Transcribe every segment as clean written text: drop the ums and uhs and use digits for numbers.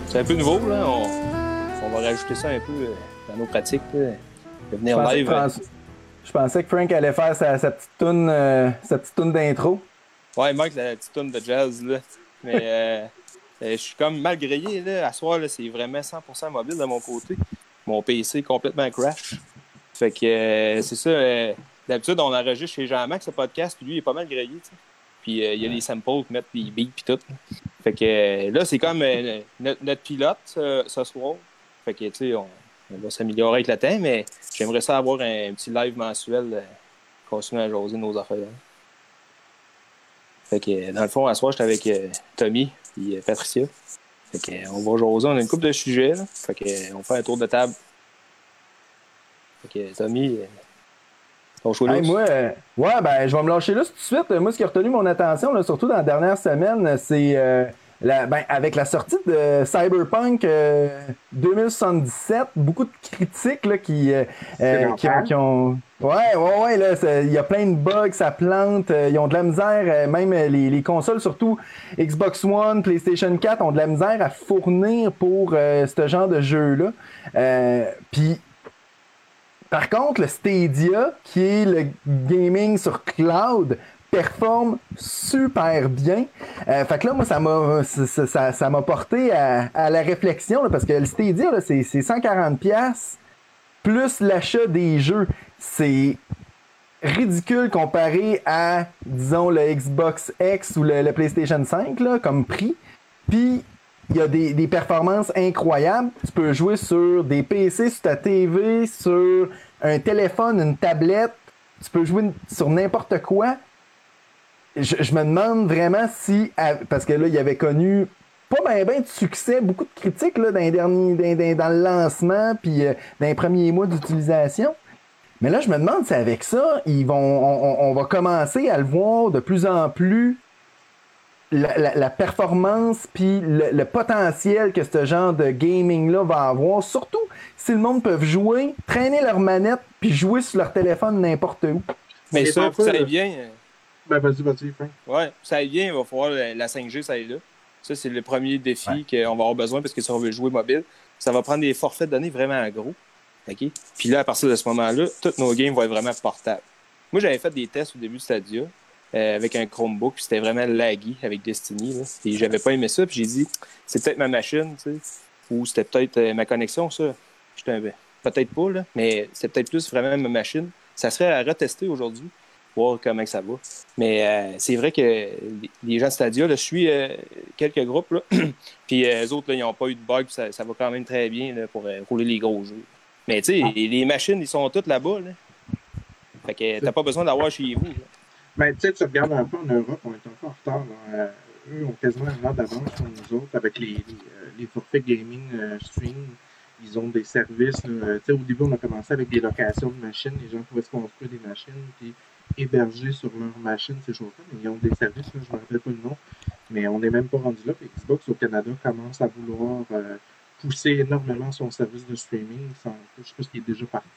C'est un peu nouveau, là. On va rajouter ça un peu dans nos pratiques, là. De venir live. Je pensais que Frank allait faire sa petite toune d'intro. Ouais, Mike, la petite toune de jazz, là. Mais je suis comme mal grillé, là. À soir, là, c'est vraiment 100% mobile de mon côté. Mon PC complètement crash. Fait que c'est ça. D'habitude, on enregistre chez Jean-Max ce podcast, puis lui, il est pas mal grillé, tu sais. Puis il y a des samples qui mettent des beats, puis tout. Là. Fait que là, c'est comme notre pilote ce soir. Fait que, tu sais, on va s'améliorer avec le temps, mais j'aimerais ça avoir un petit live mensuel, continuer à jaser nos affaires. Fait que, dans le fond, à soir, j'étais avec Tommy et Patricia. Fait que, on va jaser, on a une couple de sujets, là. Fait que, on fait un tour de table. Fait que, Tommy, ton choix hey, moi, je vais me lâcher là tout de suite. Moi, ce qui a retenu mon attention, là, surtout dans la dernière semaine, c'est avec la sortie de Cyberpunk 2077, beaucoup de critiques là, qui ont... Ouais, là, il y a plein de bugs, ça plante, ils ont de la misère, même les consoles, surtout Xbox One, PlayStation 4, ont de la misère à fournir pour ce genre de jeu-là. Puis, par contre, le Stadia, qui est le gaming sur cloud, performe super bien. Fait que là, moi, ça m'a porté à la réflexion, là, parce que le Stadia, là, c'est 140$ plus l'achat des jeux. C'est ridicule comparé à, disons, le Xbox X ou le PlayStation 5 là, comme prix. Puis, il y a des performances incroyables. Tu peux jouer sur des PC, sur ta TV, sur un téléphone, une tablette. Tu peux jouer sur n'importe quoi. Je me demande vraiment si... Parce que là, il avait connu pas bien de succès, beaucoup de critiques là, dans le lancement puis dans les premiers mois d'utilisation. Mais là, je me demande si avec ça, on va commencer à le voir de plus en plus la performance puis le potentiel que ce genre de gaming-là va avoir, surtout si le monde peut jouer, traîner leur manette puis jouer sur leur téléphone n'importe où. Mais ça aille bien. Ben vas-y, Frank. Ouais, ça aille bien, il va falloir la 5G, ça aille là. Ça, c'est le premier défi qu'on va avoir besoin parce que si on veut jouer mobile, ça va prendre des forfaits de données vraiment gros. OK? Puis là, à partir de ce moment-là, tous nos games vont être vraiment portables. Moi, j'avais fait des tests au début de Stadia avec un Chromebook, puis c'était vraiment laggy avec Destiny. Là. Et j'avais pas aimé ça, puis j'ai dit, c'est peut-être ma machine, tu sais, ou c'était peut-être ma connexion, ça. Peut-être pas, là, mais c'est peut-être plus vraiment ma machine. Ça serait à retester aujourd'hui, voir comment ça va. Mais c'est vrai que les gens de Stadia, là, je suis quelques groupes, là, puis eux autres, là, ils n'ont pas eu de bug, ça va quand même très bien là, pour rouler les gros jeux. Mais tu sais, les machines, ils sont toutes là-bas, là. Fait que t'as pas besoin d'avoir chez vous, là. Ben, tu sais, tu regardes un peu en Europe, on est encore en retard. Eux ont quasiment un an d'avance sur nous autres avec les forfaits gaming stream. Ils ont des services. Au début, on a commencé avec des locations de machines. Les gens pouvaient se construire des machines puis héberger sur leur machine ces choses-là. Mais ils ont des services, là, je ne me rappelle pas le nom. Mais on n'est même pas rendu là. Puis Xbox au Canada commence à vouloir pousser énormément son service de streaming. Je ne sais pas s'il est déjà parti.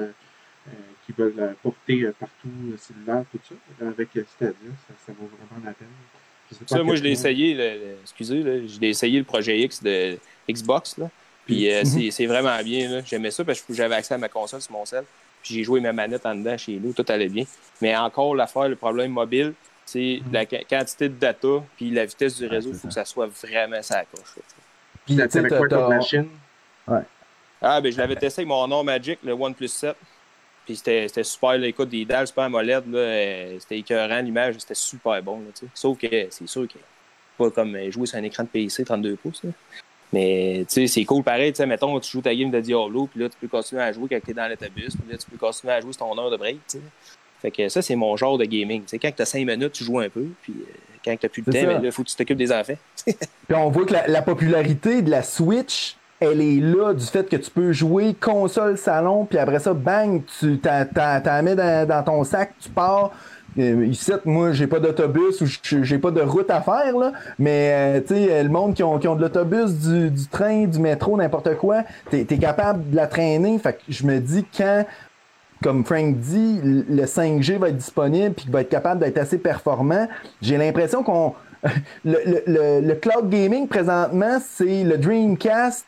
Qui veulent porter partout cellulaire, tout ça. Avec Stadia, ça vaut vraiment la peine. Ça, moi, je l'ai essayé, je l'ai essayé le projet X de Xbox, là. Puis c'est vraiment bien, là. J'aimais ça parce que j'avais accès à ma console sur mon cell. Puis j'ai joué ma manette en dedans chez nous, tout allait bien. Mais encore, le problème mobile, c'est la quantité de data puis la vitesse du réseau, il faut que ça soit vraiment ça coche. Puis tu avec quoi comme machine? Ouais. Ah, ben je l'avais testé avec mon Honor Magic, le OnePlus 7. Puis c'était super, là, écoute, des dalles super AMOLED, là, c'était écœurant, l'image, c'était super bon, là, tu sais. Sauf que c'est sûr que pas comme jouer sur un écran de PC 32 pouces, là. Mais, tu sais, c'est cool pareil, tu sais, mettons, tu joues ta game de Diablo, puis là, tu peux continuer à jouer quand t'es dans l'autobus, puis là, tu peux continuer à jouer sur ton heure de break, tu sais. Fait que ça, c'est mon genre de gaming, tu sais, quand t'as 5 minutes, tu joues un peu, puis quand t'as plus de temps, ben, là, faut que tu t'occupes des enfants. Puis on voit que la popularité de la Switch, elle est là du fait que tu peux jouer console salon, puis après ça, bang, tu t'en mets dans ton sac, tu pars. Ici, moi, j'ai pas d'autobus ou j'ai pas de route à faire, là, mais tu sais, le monde qui ont de l'autobus, du train, du métro, n'importe quoi, t'es capable de la traîner. Fait que je me dis, quand, comme Frank dit, le 5G va être disponible puis qu'il va être capable d'être assez performant, j'ai l'impression qu'on le cloud gaming présentement, c'est le Dreamcast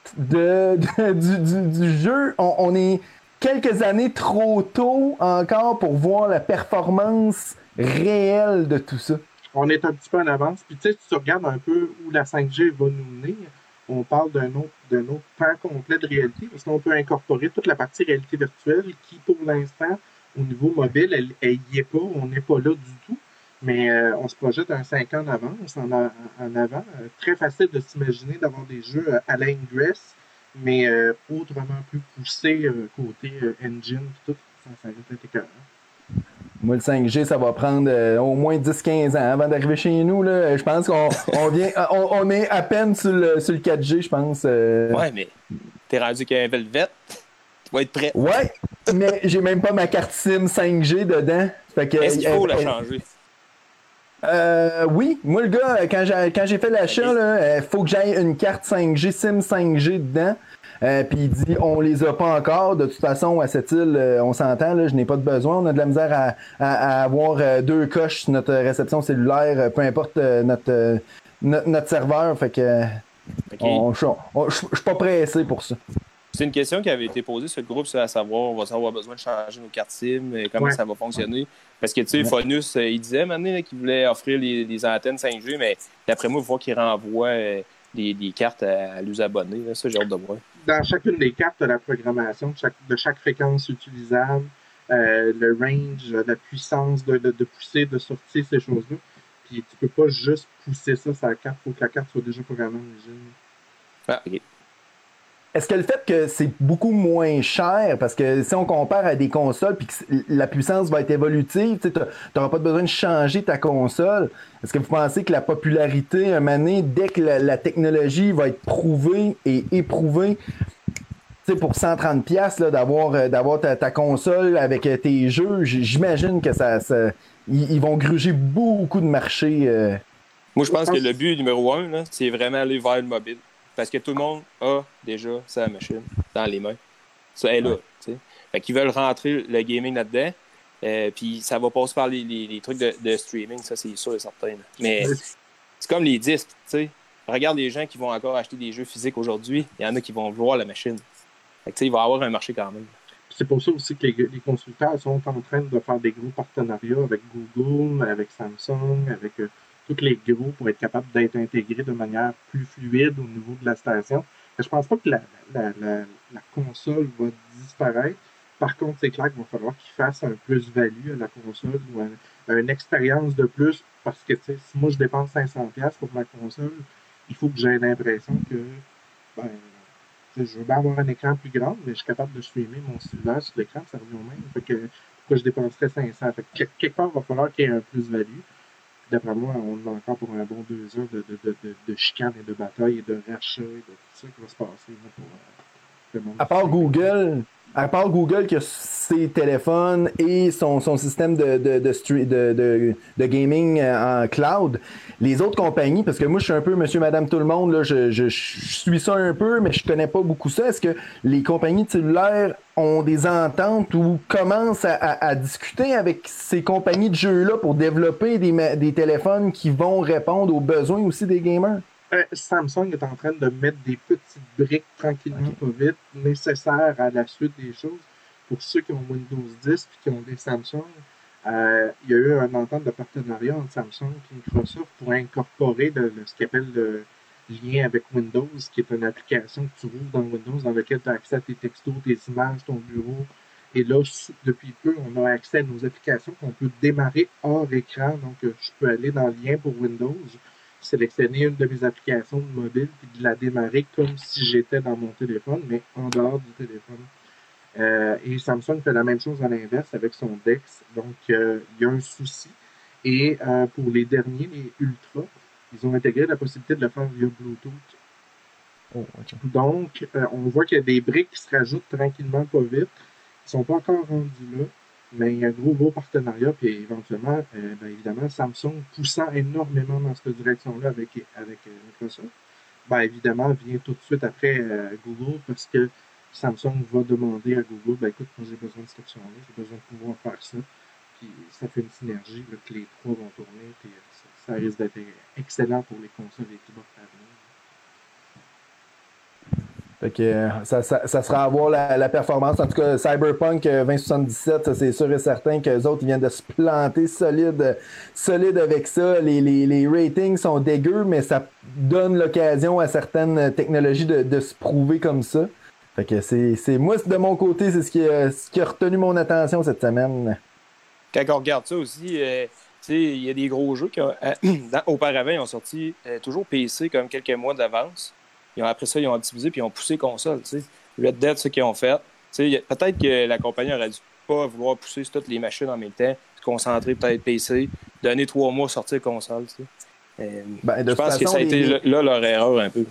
du jeu. On est quelques années trop tôt encore pour voir la performance réelle de tout ça. On est un petit peu en avance. Puis tu sais, si tu regardes un peu où la 5G va nous mener, on parle d'un autre pan complet de réalité, parce qu'on peut incorporer toute la partie réalité virtuelle qui, pour l'instant, au niveau mobile, elle y est pas, on n'est pas là du tout. Mais on se projette un 5 ans en avance, en avant. Très facile de s'imaginer d'avoir des jeux à la Ingress, mais autrement plus poussés côté engine et tout. Ça risque d'être écœurant. Moi, le 5G, ça va prendre au moins 10-15 ans avant d'arriver chez nous. Là. Je pense qu'on est à peine sur le 4G, je pense. Ouais, mais t'es rendu qu'un Velvet, tu vas être prêt. Ouais, mais j'ai même pas ma carte SIM 5G dedans. Est-ce qu'il faut la changer? Oui, moi le gars, quand j'ai fait l'achat, il faut que j'aille une carte 5G, SIM 5G dedans. Puis il dit on les a pas encore. De toute façon, à cette île, on s'entend, là, je n'ai pas de besoin. On a de la misère à avoir 2 coches sur notre réception cellulaire, peu importe notre serveur. Fait que je suis pas pressé pour ça. C'est une question qui avait été posée sur le groupe, à savoir, on va avoir besoin de changer nos cartes SIM, comment ça va fonctionner. Parce que, tu sais, Fonus, il disait maintenant qu'il voulait offrir les antennes 5G, mais d'après moi, il faut qu'il renvoie des cartes à l'us abonné. Là. Ça, j'ai hâte de voir. Dans chacune des cartes, tu as la programmation de chaque fréquence utilisable, le range, la puissance de pousser, de sortir, ces choses-là. Puis tu peux pas juste pousser ça sur la carte, il faut que la carte soit déjà programmée en origine. Ah, OK. Est-ce que le fait que c'est beaucoup moins cher, parce que si on compare à des consoles puis que la puissance va être évolutive, tu n'auras pas besoin de changer ta console, est-ce que vous pensez que la popularité, un moment donné, dès que la technologie va être prouvée et éprouvée, pour 130$, d'avoir ta console avec tes jeux, j'imagine que ils vont gruger beaucoup de marchés. Moi, je pense que le but numéro 1, là, c'est vraiment aller vers le mobile. Parce que tout le monde a déjà sa machine dans les mains. Ça est là. T'sais. Fait qu'ils veulent rentrer le gaming là-dedans. Puis ça va passer par les trucs de streaming, ça c'est sûr et certain. Mais c'est comme les disques. T'sais. Regarde les gens qui vont encore acheter des jeux physiques aujourd'hui. Il y en a qui vont vouloir la machine. Fait que, il va y avoir un marché quand même. C'est pour ça aussi que les constructeurs sont en train de faire des gros partenariats avec Google, avec Samsung, avec tous les gros pour être capables d'être intégrés de manière plus fluide au niveau de la station. Je pense pas que la console va disparaître. Par contre, c'est clair qu'il va falloir qu'ils fassent un plus-value à la console ou une expérience de plus parce que si moi je dépense 500$ pour ma console, il faut que j'ai l'impression que je veux bien avoir un écran plus grand, mais je suis capable de streamer mon cellulaire sur l'écran, ça revient au même. Fait que pourquoi je dépenserais 500$? Fait que quelque part, il va falloir qu'il y ait un plus-value. D'après moi, on est encore pour un bon 2 heures de chicane et de bataille et de rachat et de tout ça qui va se passer là, pour le monde. À part Google qui a ses téléphones et son système de gaming en cloud, les autres compagnies, parce que moi je suis un peu monsieur, madame, tout le monde, là, je suis ça un peu, mais je connais pas beaucoup ça. Est-ce que les compagnies de cellulaires ont des ententes ou commencent à discuter avec ces compagnies de jeux-là pour développer des téléphones qui vont répondre aux besoins aussi des gamers? Samsung est en train de mettre des petites briques tranquillement, pas vite, nécessaires à la suite des choses. Pour ceux qui ont Windows 10 et qui ont des Samsung, il y a eu un entente de partenariat entre Samsung et Microsoft pour incorporer ce qu'ils appellent le lien avec Windows, qui est une application que tu rouvres dans Windows, dans laquelle tu as accès à tes textos, tes images, ton bureau. Et là, depuis peu, on a accès à nos applications qu'on peut démarrer hors écran. Donc, je peux aller dans le lien pour Windows, sélectionner une de mes applications de mobile puis de la démarrer comme si j'étais dans mon téléphone, mais en dehors du téléphone. Et Samsung fait la même chose à l'inverse avec son DeX. Donc, il y a un souci. Et pour les derniers, les Ultra, ils ont intégré la possibilité de le faire via Bluetooth. Oh, okay. Donc, on voit qu'il y a des briques qui se rajoutent tranquillement, pas vite. Ils ne sont pas encore rendus là. Mais il y a un gros partenariat, puis éventuellement, évidemment, Samsung poussant énormément dans cette direction-là avec Microsoft. Évidemment, vient tout de suite après Google, parce que Samsung va demander à Google, écoute, moi j'ai besoin de cette option-là, j'ai besoin de pouvoir faire ça. Puis ça fait une synergie, là, que les trois vont tourner, puis ça risque d'être excellent pour les consoles Xbox à venir. Fait que ça sera à voir la performance. En tout cas, Cyberpunk 2077, ça, c'est sûr et certain qu'eux autres, ils viennent de se planter solide avec ça. Les ratings sont dégueux, mais ça donne l'occasion à certaines technologies de se prouver comme ça. Fait que c'est moi, de mon côté, c'est ce qui a retenu mon attention cette semaine. Quand on regarde ça aussi, il y a des gros jeux qui auparavant, ils ont sorti toujours PC comme quelques mois d'avance. Après ça, ils ont optimisé puis ils ont poussé console. T'sais. Red Dead, ce qu'ils ont fait. Peut-être que la compagnie aurait dû pas vouloir pousser sur toutes les machines en même temps, se concentrer peut-être PC, donner 3 mois sortir console. Je pense que ça a été là leur erreur un peu.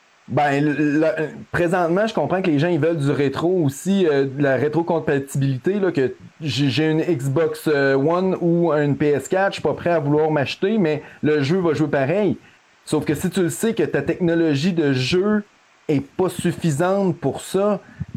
Présentement, je comprends que les gens ils veulent du rétro aussi, de la rétrocompatibilité, là, que j'ai une Xbox One ou une PS4, je suis pas prêt à vouloir m'acheter, mais le jeu va jouer pareil. Sauf que si tu le sais que ta technologie de jeu est pas suffisante pour ça,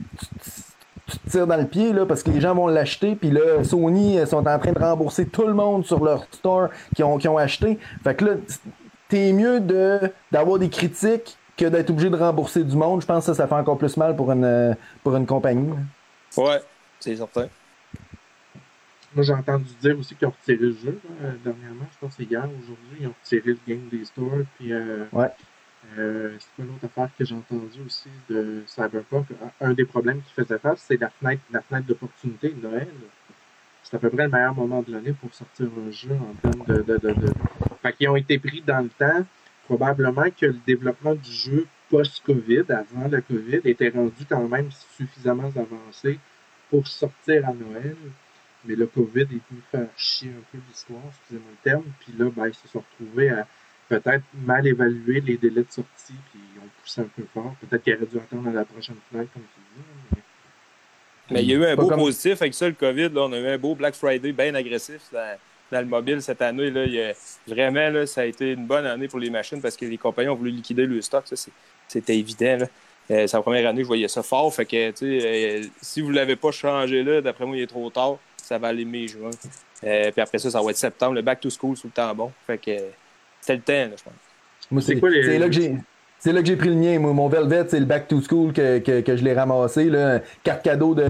tu te tires dans le pied là, parce que les gens vont l'acheter, puis là, Sony sont en train de rembourser tout le monde sur leur store qui ont acheté. Fait que là, t'es mieux d'avoir des critiques que d'être obligé de rembourser du monde. Je pense que ça fait encore plus mal pour une compagnie. Ouais, c'est certain. Moi, j'ai entendu dire aussi qu'ils ont retiré le jeu dernièrement. Je pense que c'est hier, aujourd'hui. Ils ont retiré le game des stores. Puis, ouais. C'est quoi l'autre affaire que j'ai entendu aussi de Cyberpunk? Un des problèmes qu'ils faisaient face, c'est la fenêtre d'opportunité de Noël. C'est à peu près le meilleur moment de l'année pour sortir un jeu en termes de... Fait qu'ils ont été pris dans le temps. Probablement que le développement du jeu post-Covid, avant le Covid, était rendu quand même suffisamment avancé pour sortir à Noël. Mais le COVID est venu faire chier un peu l'histoire, excusez-moi le terme. Puis là, ils se sont retrouvés à peut-être mal évaluer les délais de sortie, puis ils ont poussé un peu fort. Peut-être qu'ils auraient dû attendre à la prochaine fenêtre, comme tu dis. Mais il y a eu un beau positif avec ça, le COVID. Là, on a eu un beau Black Friday bien agressif dans le mobile cette année. Là, vraiment, là, ça a été une bonne année pour les machines parce que les compagnies ont voulu liquider le stock. Ça, c'était évident. Là. C'est la première année que je voyais ça fort. Fait que, si vous ne l'avez pas changé là, d'après moi, il est trop tard. Ça va aller mai-juin. Puis après ça va être septembre. Le back to school, c'est tout le temps bon. Fait que c'était le temps, là, je pense. Moi, c'est là que j'ai pris le mien. Moi, mon Velvet, c'est le back to school que je l'ai ramassé. Là. Carte cadeau de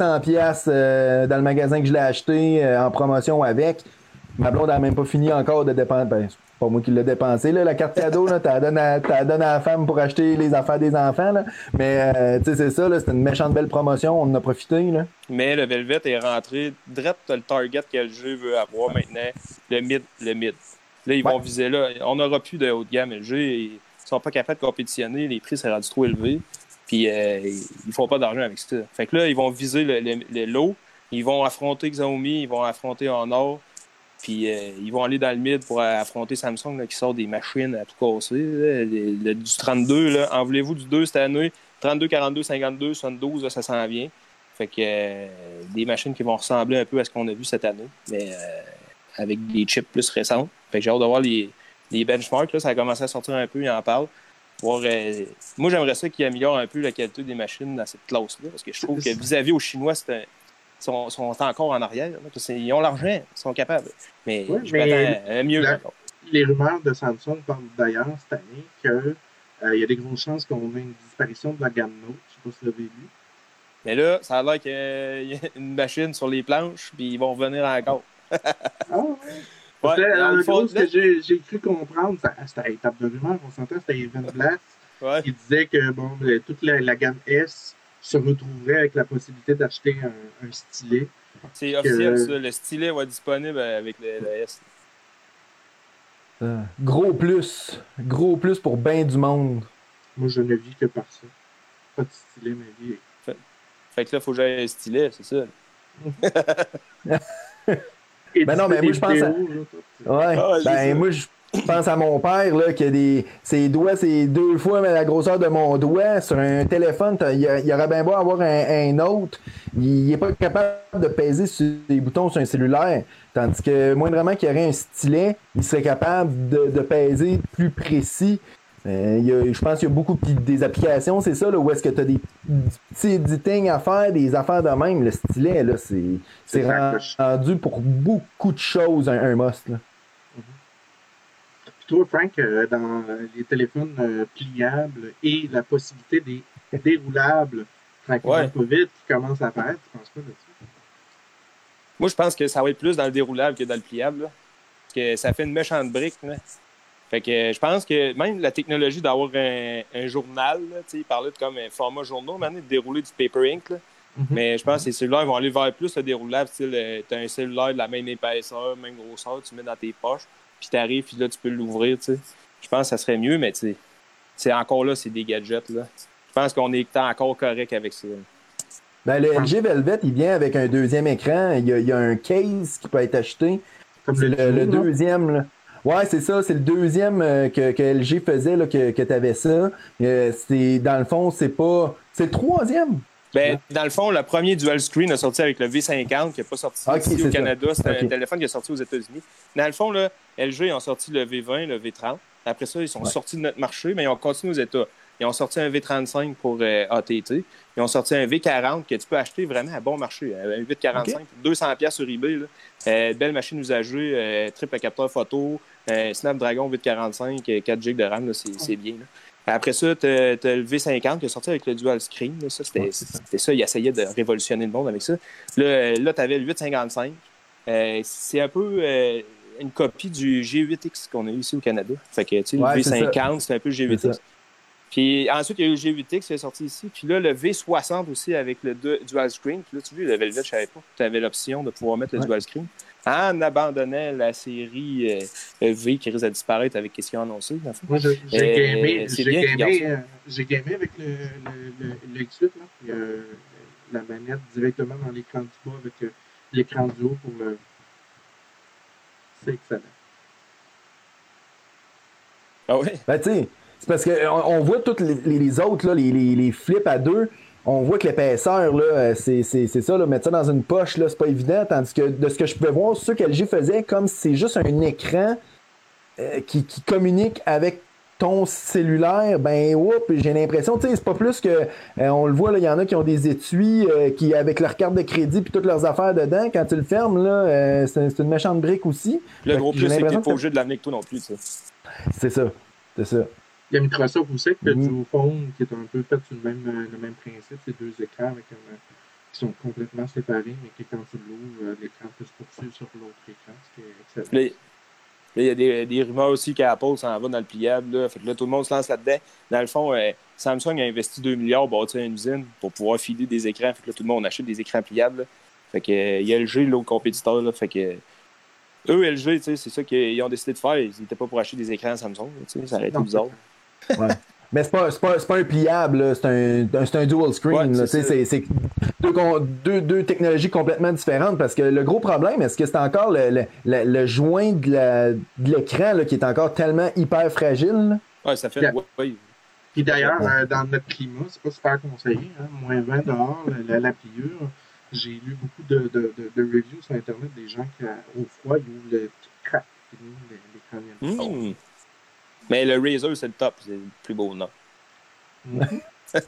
200$ dans le magasin que je l'ai acheté en promotion avec. Ma blonde n'a même pas fini encore de dépenser. C'est pas moi qui l'ai dépensé, là, la carte cadeau. Tu la donnes à la femme pour acheter les affaires des enfants. Là. Mais c'est ça, là, c'était une méchante belle promotion. On en a profité. Là. Mais le Velvet est rentré direct le target que le jeu veut avoir maintenant. Le mid. Là, ils vont viser là. On n'aura plus de haut de gamme. Le jeu, ils sont pas capables de compétitionner. Les prix sont rendus trop élevés. Puis, ils font pas d'argent avec ça. Fait que là, ils vont viser le lot. Ils vont affronter Xiaomi. Ils vont affronter Honor. Puis, ils vont aller dans le mid pour affronter Samsung là, qui sort des machines à tout casser. Du 32, là. En voulez-vous du 2 cette année? 32, 42, 52, 72, là, ça s'en vient. Fait que des machines qui vont ressembler un peu à ce qu'on a vu cette année. Mais avec des chips plus récentes. Fait que j'ai hâte de voir les benchmarks. Là, ça a commencé à sortir un peu, ils en parlent. Moi, j'aimerais ça qu'ils améliorent un peu la qualité des machines dans cette classe-là. Parce que je trouve que vis-à-vis aux Chinois, ils sont encore en arrière. Là. Ils ont l'argent, ils sont capables. Mais je m'attends mieux. Les rumeurs de Samsung parlent d'ailleurs cette année qu'il y a des grosses chances qu'on ait une disparition de la gamme Note. Je ne sais pas si vous l'avez vu. Mais là, ça a l'air qu'il y a une machine sur les planches, puis ils vont revenir encore. Ce que j'ai cru comprendre, c'était à étape de rumeur, on s'entend, c'était Evan Blass qui disait que toute la gamme S se retrouverait avec la possibilité d'acheter un stylet. C'est officiel, ça. Le stylet va être disponible avec le S. Gros plus pour bien du monde. Moi, je ne vis que par ça. Pas de stylet, ma vie. Fait que là, il faut que j'aille un stylet, c'est ça. Ben non, mais moi, je pense moi, je pense à mon père, là, qui a ses doigts, c'est 2 fois la grosseur de mon doigt. Sur un téléphone, il aurait bien beau avoir un autre. Il n'est pas capable de peser sur les boutons sur un cellulaire. Tandis que, moindrement qu'il y aurait un stylet, il serait capable de peser plus précis. Je pense qu'il y a beaucoup des applications, c'est ça, là, où est-ce que tu as des petits editing à faire, des affaires de même. Le stylet, là, c'est rendu pour beaucoup de choses un must. Là. toi, Frank, dans les téléphones pliables et la possibilité des déroulables, tranquillement pas vite, qui commencent à apparaître, tu penses quoi là-dessus? Moi, je pense que ça va être plus dans le déroulable que dans le pliable. Là. Parce que ça fait une méchante brique. Là. Fait que je pense que même la technologie d'avoir un journal, il parlait de comme un format journal, maintenant, de dérouler du paper ink. Là. Mais je pense que les cellulaires vont aller vers plus le déroulable, style, tu as un cellulaire de la même épaisseur, même grosseur, tu mets dans tes poches, puis tu arrives, puis là, tu peux l'ouvrir. T'sais. Je pense que ça serait mieux, mais c'est encore là, c'est des gadgets. Là. Je pense qu'on est encore correct avec ça. Ben, le LG Velvet, il vient avec un deuxième écran. Il y a un case qui peut être acheté. Comme c'est le deuxième. Là. Ouais, c'est ça. C'est le deuxième que LG faisait, là, que tu avais ça. Dans le fond, c'est pas. C'est le troisième. Ben, dans le fond, le premier dual screen a sorti avec le V50 qui n'est pas sorti ici au Canada. C'est un téléphone qui est sorti aux États-Unis. Dans le fond, là, LG, ils ont sorti le V20, le V30. Après ça, ils sont sortis de notre marché, mais ils ont continué aux États. Ils ont sorti un V35 pour AT&T. Ils ont sorti un V40 que tu peux acheter vraiment à bon marché. Un 845 pour 200$ sur eBay. Là. Belle machine usagée, triple capteur photo, Snapdragon 845, 4GB de RAM, là, c'est bien. Là. Après ça, tu as le V50 qui est sorti avec le dual screen. Là. Ça, c'était ça. Il essayait de révolutionner le monde avec ça. Là tu avais le 855. C'est un peu une copie du G8X qu'on a eu ici au Canada. Fait que, tu sais, le V50, c'est un peu le G8X. Puis ensuite, il y a eu le G8X qui est sorti ici. Puis là, le V60 aussi avec le dual screen. Puis là, tu vois, le Velvet, je savais pas. Tu avais l'option de pouvoir mettre le dual screen. En abandonnant la série V qui risque de disparaître avec ce qu'ils ont annoncé. Moi, j'ai gamé avec le X8. Là. Il y a la manette directement dans l'écran du bas avec l'écran du haut pour le... C'est excellent. Ah oui? Ben, tu sais, c'est parce qu'on voit tous les autres, là, les flips à deux, on voit que l'épaisseur, là, c'est ça, là, mettre ça dans une poche, là, c'est pas évident, tandis que de ce que je pouvais voir, ce que LG faisait, comme si c'est juste un écran qui communique avec ton cellulaire, ben, j'ai l'impression, tu sais, c'est pas plus que, on le voit, là, il y en a qui ont des étuis qui, avec leur carte de crédit puis toutes leurs affaires dedans, quand tu le fermes, là, c'est une méchante brique aussi. Le gros plus, c'est que t'es pas obligé de l'amener avec toi non plus, ça. C'est ça. Il y a Microsoft aussi qui fait du phone qui est un peu fait sur le même principe. C'est deux écrans avec qui sont complètement séparés, mais qui, quand tu l'ouvres, l'écran peut se poursuivre sur l'autre écran, ce qui est excellent. Là, il y a des rumeurs aussi qu'Apple s'en va dans le pliable. Là. Fait que là, tout le monde se lance là-dedans. Dans le fond, Samsung a investi 2 milliards pour bâtir une usine pour pouvoir filer des écrans. Fait que là, tout le monde achète des écrans pliables. Là. Fait que il y a LG, l'autre compétiteur. Là. Fait que eux, LG, c'est ça qu'ils ont décidé de faire. Ils n'étaient pas pour acheter des écrans Samsung. Ça aurait été bizarre. Ouais. Mais c'est pas un pliable, là. C'est un dual screen. Ouais, c'est deux technologies complètement différentes parce que le gros problème, est-ce que c'est encore le joint de l'écran là, qui est encore tellement hyper fragile? Oui, ça fait. Oui. Puis d'ailleurs, dans notre climat, c'est pas super conseillé. Hein? Moins 20 dehors, la pliure. J'ai lu beaucoup de reviews sur Internet des gens qui, au froid, ils ouvrent le petit crack. L'écran Mais le Razer, c'est le top. C'est le plus beau nom. Je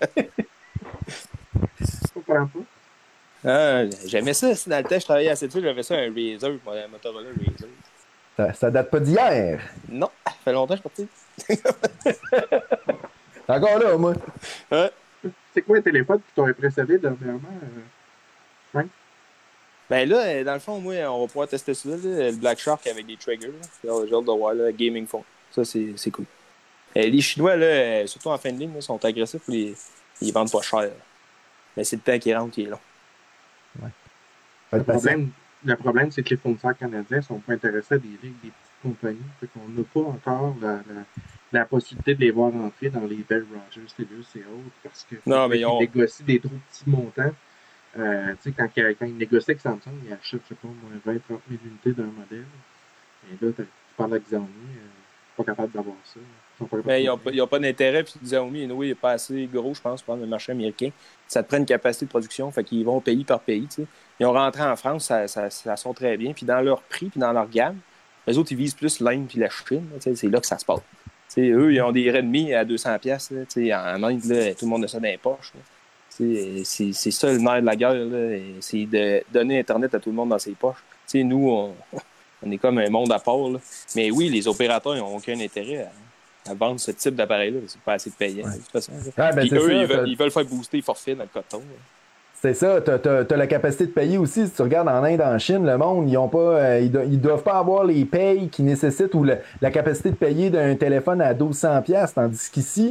comprends pas. J'aimais ça. Dans le temps, je travaillais à cette île, j'avais ça un Razer, un Motorola Razer. Ça date pas d'hier. Non, ça fait longtemps que je suis parti. T'es encore là, moi. C'est quoi un téléphone qui t'ont impressionné dernièrement, Frank? Ben là, dans le fond, moi, on va pouvoir tester ça, là, le Black Shark avec des triggers. J'ai hâte de voir le Gaming Phone. Ça, c'est cool. Les Chinois, là, surtout en fin de ligne, là, sont agressifs. Ils vendent pas cher. Mais c'est le temps qui rentre qui est long. Ouais. Le problème, c'est que les fournisseurs canadiens sont pas intéressés à des ligues des petites compagnies. Fait qu'on n'a pas encore la possibilité de les voir entrer dans les Bell Rogers, Telus et autres. Parce que ils négocient des trop petits montants. Tu sais, quand ils négocient avec Samsung, ils achètent, je sais pas, 20-30 000 unités d'un modèle. Et là, tu parles avec Xiaomi. Pas capable d'avoir ça. Mais ils n'ont pas d'intérêt. Puis Xiaomi, n'est pas assez gros, je pense, pour le marché américain. Ça te prend une capacité de production. Fait qu'ils vont pays par pays. T'sais. Ils ont rentré en France, ça sort très bien. Puis dans leur prix, puis dans leur gamme, les autres, ils visent plus l'Inde puis la Chine. C'est là que ça se passe. T'sais, eux, ils ont des Redmi à 200$. En Inde, là, tout le monde a ça dans les poches. C'est ça le nerf de la guerre. Là, c'est de donner Internet à tout le monde dans ses poches. T'sais, nous, On est comme un monde à part. Là. Mais oui, les opérateurs n'ont aucun intérêt à vendre ce type d'appareil-là. C'est pas assez payant, de toute façon. Puis eux, ils veulent faire booster les forfaits dans le coton. Là. C'est ça, t'as la capacité de payer aussi. Si tu regardes en Inde, en Chine, le monde, ils ont pas, ils doivent pas avoir les payes qui nécessitent ou la capacité de payer d'un téléphone à 1200$, tandis qu'ici,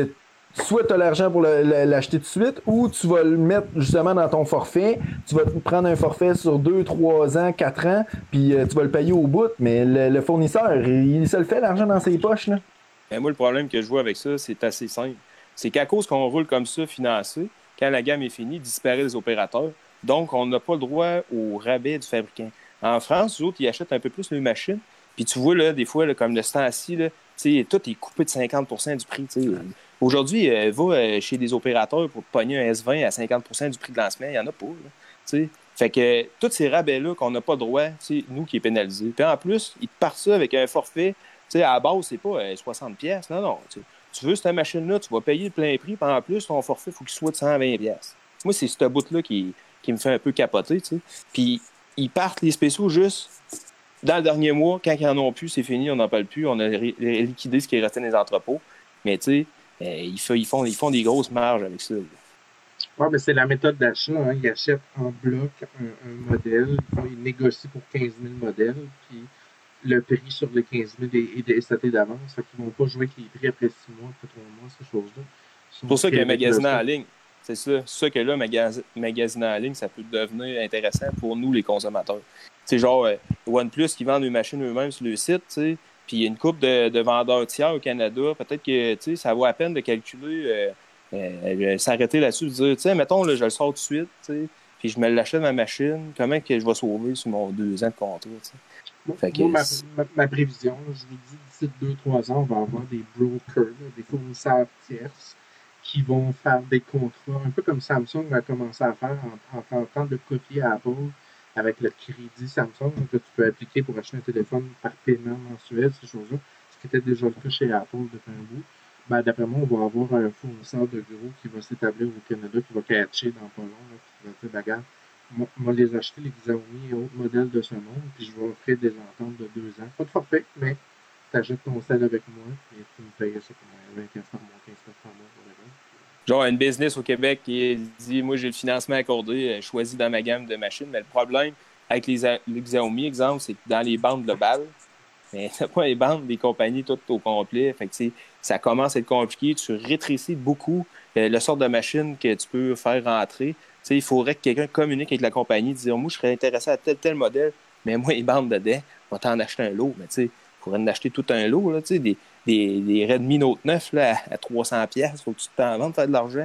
soit tu as l'argent pour l'acheter tout de suite ou tu vas le mettre justement dans ton forfait. Tu vas prendre un forfait sur 2, 3 ans, 4 ans, puis tu vas le payer au bout. Mais le fournisseur, il se le fait l'argent dans ses poches. Là. Mais moi, le problème que je vois avec ça, c'est assez simple. C'est qu'à cause qu'on roule comme ça, financé, quand la gamme est finie, disparaît les opérateurs. Donc, on n'a pas le droit au rabais du fabricant. En France, les autres, ils achètent un peu plus les machines. Puis tu vois, là, des fois, là, comme le stand-ci, tout est coupé de 50% du prix. T'sais. Aujourd'hui, va chez des opérateurs pour te pogner un S20 à 50% du prix de lancement. Il n'y en a pas. Là, fait que tous ces rabais-là qu'on n'a pas le droit, c'est nous qui est pénalisé. Puis en plus, ils te partent ça avec un forfait. À la base, c'est pas 60$. Non. Tu veux cette machine-là, tu vas payer le plein prix, puis en plus, ton forfait, il faut qu'il soit de 120$. Moi, c'est ce bout-là qui me fait un peu capoter, tu sais. Puis, ils partent les spéciaux juste dans le dernier mois, quand ils n'en ont plus, c'est fini, on n'en parle plus, on a liquidé ce qui est resté dans les entrepôts. Mais, tu sais, ils font des grosses marges avec ça. Oui, mais c'est la méthode d'achat. Hein. Ils achètent en bloc un modèle, ils négocient pour 15 000 modèles, puis le prix sur les 15 000 est staté d'avance. Fait qu'ils ne vont pas jouer avec les prix après 6 mois, après 3 mois, ces choses-là. C'est pour ça qu'il y a un magasinat en ligne. C'est ça que là, magasiner en ligne, ça peut devenir intéressant pour nous, les consommateurs. C'est genre OnePlus qui vend des machines eux-mêmes sur le site, puis il y a une couple de vendeurs tiers au Canada. Peut-être que ça vaut la peine de calculer, s'arrêter là-dessus, de dire, mettons, là, je le sors tout de suite, puis je me l'achète ma machine, comment que je vais sauver sur mon 2 ans de contrat, t'sais? Moi, ma prévision, là, je vous dis, d'ici 2-3 ans, on va avoir des brokers, des fournisseurs tierces qui vont faire des contrats, un peu comme Samsung a commencé à faire en tentant de copier Apple avec le crédit Samsung que tu peux appliquer pour acheter un téléphone par paiement mensuel, ces choses-là, ce qui était déjà le cas chez Apple depuis un bout. Ben, d'après moi, on va avoir un fournisseur de gros qui va s'établir au Canada, qui va catcher dans pas long, là, qui va dire, bagarre, moi, les acheter, les Xiaomi et autres modèles de ce monde, puis je vais offrir des ententes de 2 ans. Pas de forfait, mais tu achètes ton sel avec moi, et tu me payes ça pour 20$ par mois, 15$ par mois, whatever. Genre, une business au Québec qui dit, moi, j'ai le financement accordé, choisi dans ma gamme de machines, mais le problème avec les Xiaomi, exemple, c'est que dans les bandes globales, mais t'as pas les bandes des compagnies toutes au complet. Fait que, ça commence à être compliqué. Tu rétrécis beaucoup le sort de machine que tu peux faire rentrer. Il faudrait que quelqu'un communique avec la compagnie, dire moi, je serais intéressé à tel modèle, mais moi, les bandes dedans, on va t'en acheter un lot. Mais il faudrait en acheter tout un lot. Là, des Redmi Note 9 là, à 300$, il faut que tu t'en vendes, faire de l'argent.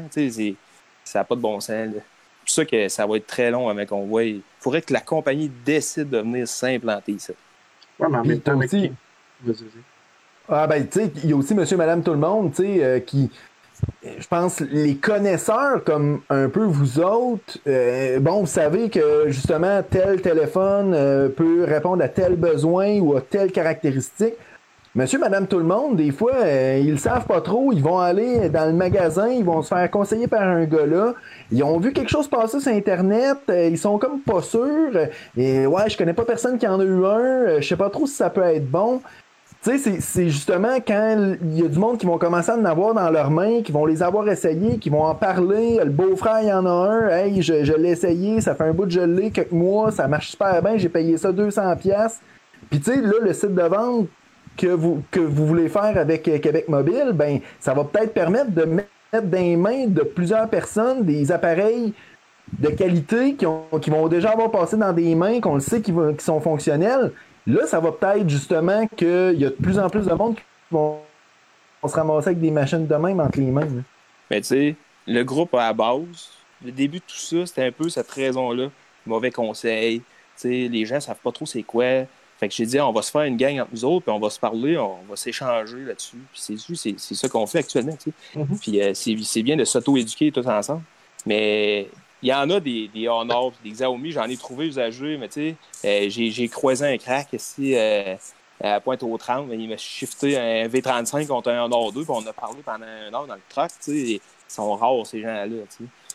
Ça n'a pas de bon sens. Là. C'est pour ça que ça va être très long avant qu'on voit. Il faudrait que la compagnie décide de venir s'implanter ici. Ouais, mais en même temps, aussi. Vas-y. Ah, ben, tu sais, il y a aussi monsieur, madame, tout le monde, tu sais, qui. Je pense, les connaisseurs, comme un peu vous autres, vous savez que justement, tel téléphone peut répondre à tel besoin ou à telle caractéristique. Monsieur, madame, tout le monde, des fois, ils le savent pas trop. Ils vont aller dans le magasin, ils vont se faire conseiller par un gars-là. Ils ont vu quelque chose passer sur Internet, ils sont comme pas sûrs. Et ouais, je connais pas personne qui en a eu un. Je sais pas trop si ça peut être bon. Tu sais, c'est justement quand il y a du monde qui vont commencer à en avoir dans leurs mains, qui vont les avoir essayés, qui vont en parler. Le beau-frère, il y en a un. Hey, je l'ai essayé, ça fait un bout de gelé, quelques mois, ça marche super bien, j'ai payé ça 200$. Puis tu sais, là, le site de vente que vous voulez faire avec Québec Mobile, ben, ça va peut-être permettre de mettre dans les mains de plusieurs personnes des appareils de qualité qui vont déjà avoir passé dans des mains, qu'on le sait, qui sont fonctionnels. Là, ça va peut-être justement qu'il y a de plus en plus de monde qui vont se ramasser avec des machines de même entre les mains. Là. Mais tu sais, le groupe à la base, le début de tout ça, c'était un peu cette raison-là. Mauvais conseil. Tu sais, les gens ne savent pas trop c'est quoi. Fait que j'ai dit, on va se faire une gang entre nous autres, puis on va se parler, on va s'échanger là-dessus. Puis c'est ça qu'on fait actuellement. Tu sais. Puis c'est bien de s'auto-éduquer tous ensemble. Mais il y en a des Honor, des Xiaomi, j'en ai trouvé usagés, mais tu sais, j'ai croisé un crack ici à Pointe-aux-Trembles. Il m'a shifté un V35 contre un Honor 2, puis on a parlé pendant 1 heure dans le truck. Tu sais, ils sont rares, ces gens-là. Tu sais.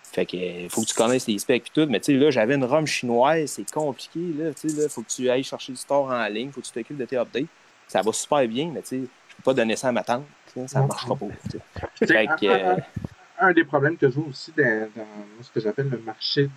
Fait que faut que tu connaisses les specs et tout. Mais tu sais, là, j'avais une ROM chinoise, c'est compliqué. Là, tu sais, là, faut que tu ailles chercher du store en ligne, faut que tu t'occupes de tes updates. Ça va super bien, mais tu sais, je peux pas donner ça à ma tante. Là, ça marchera pas. Fait que, un des problèmes que je vois aussi dans ce que j'appelle le marché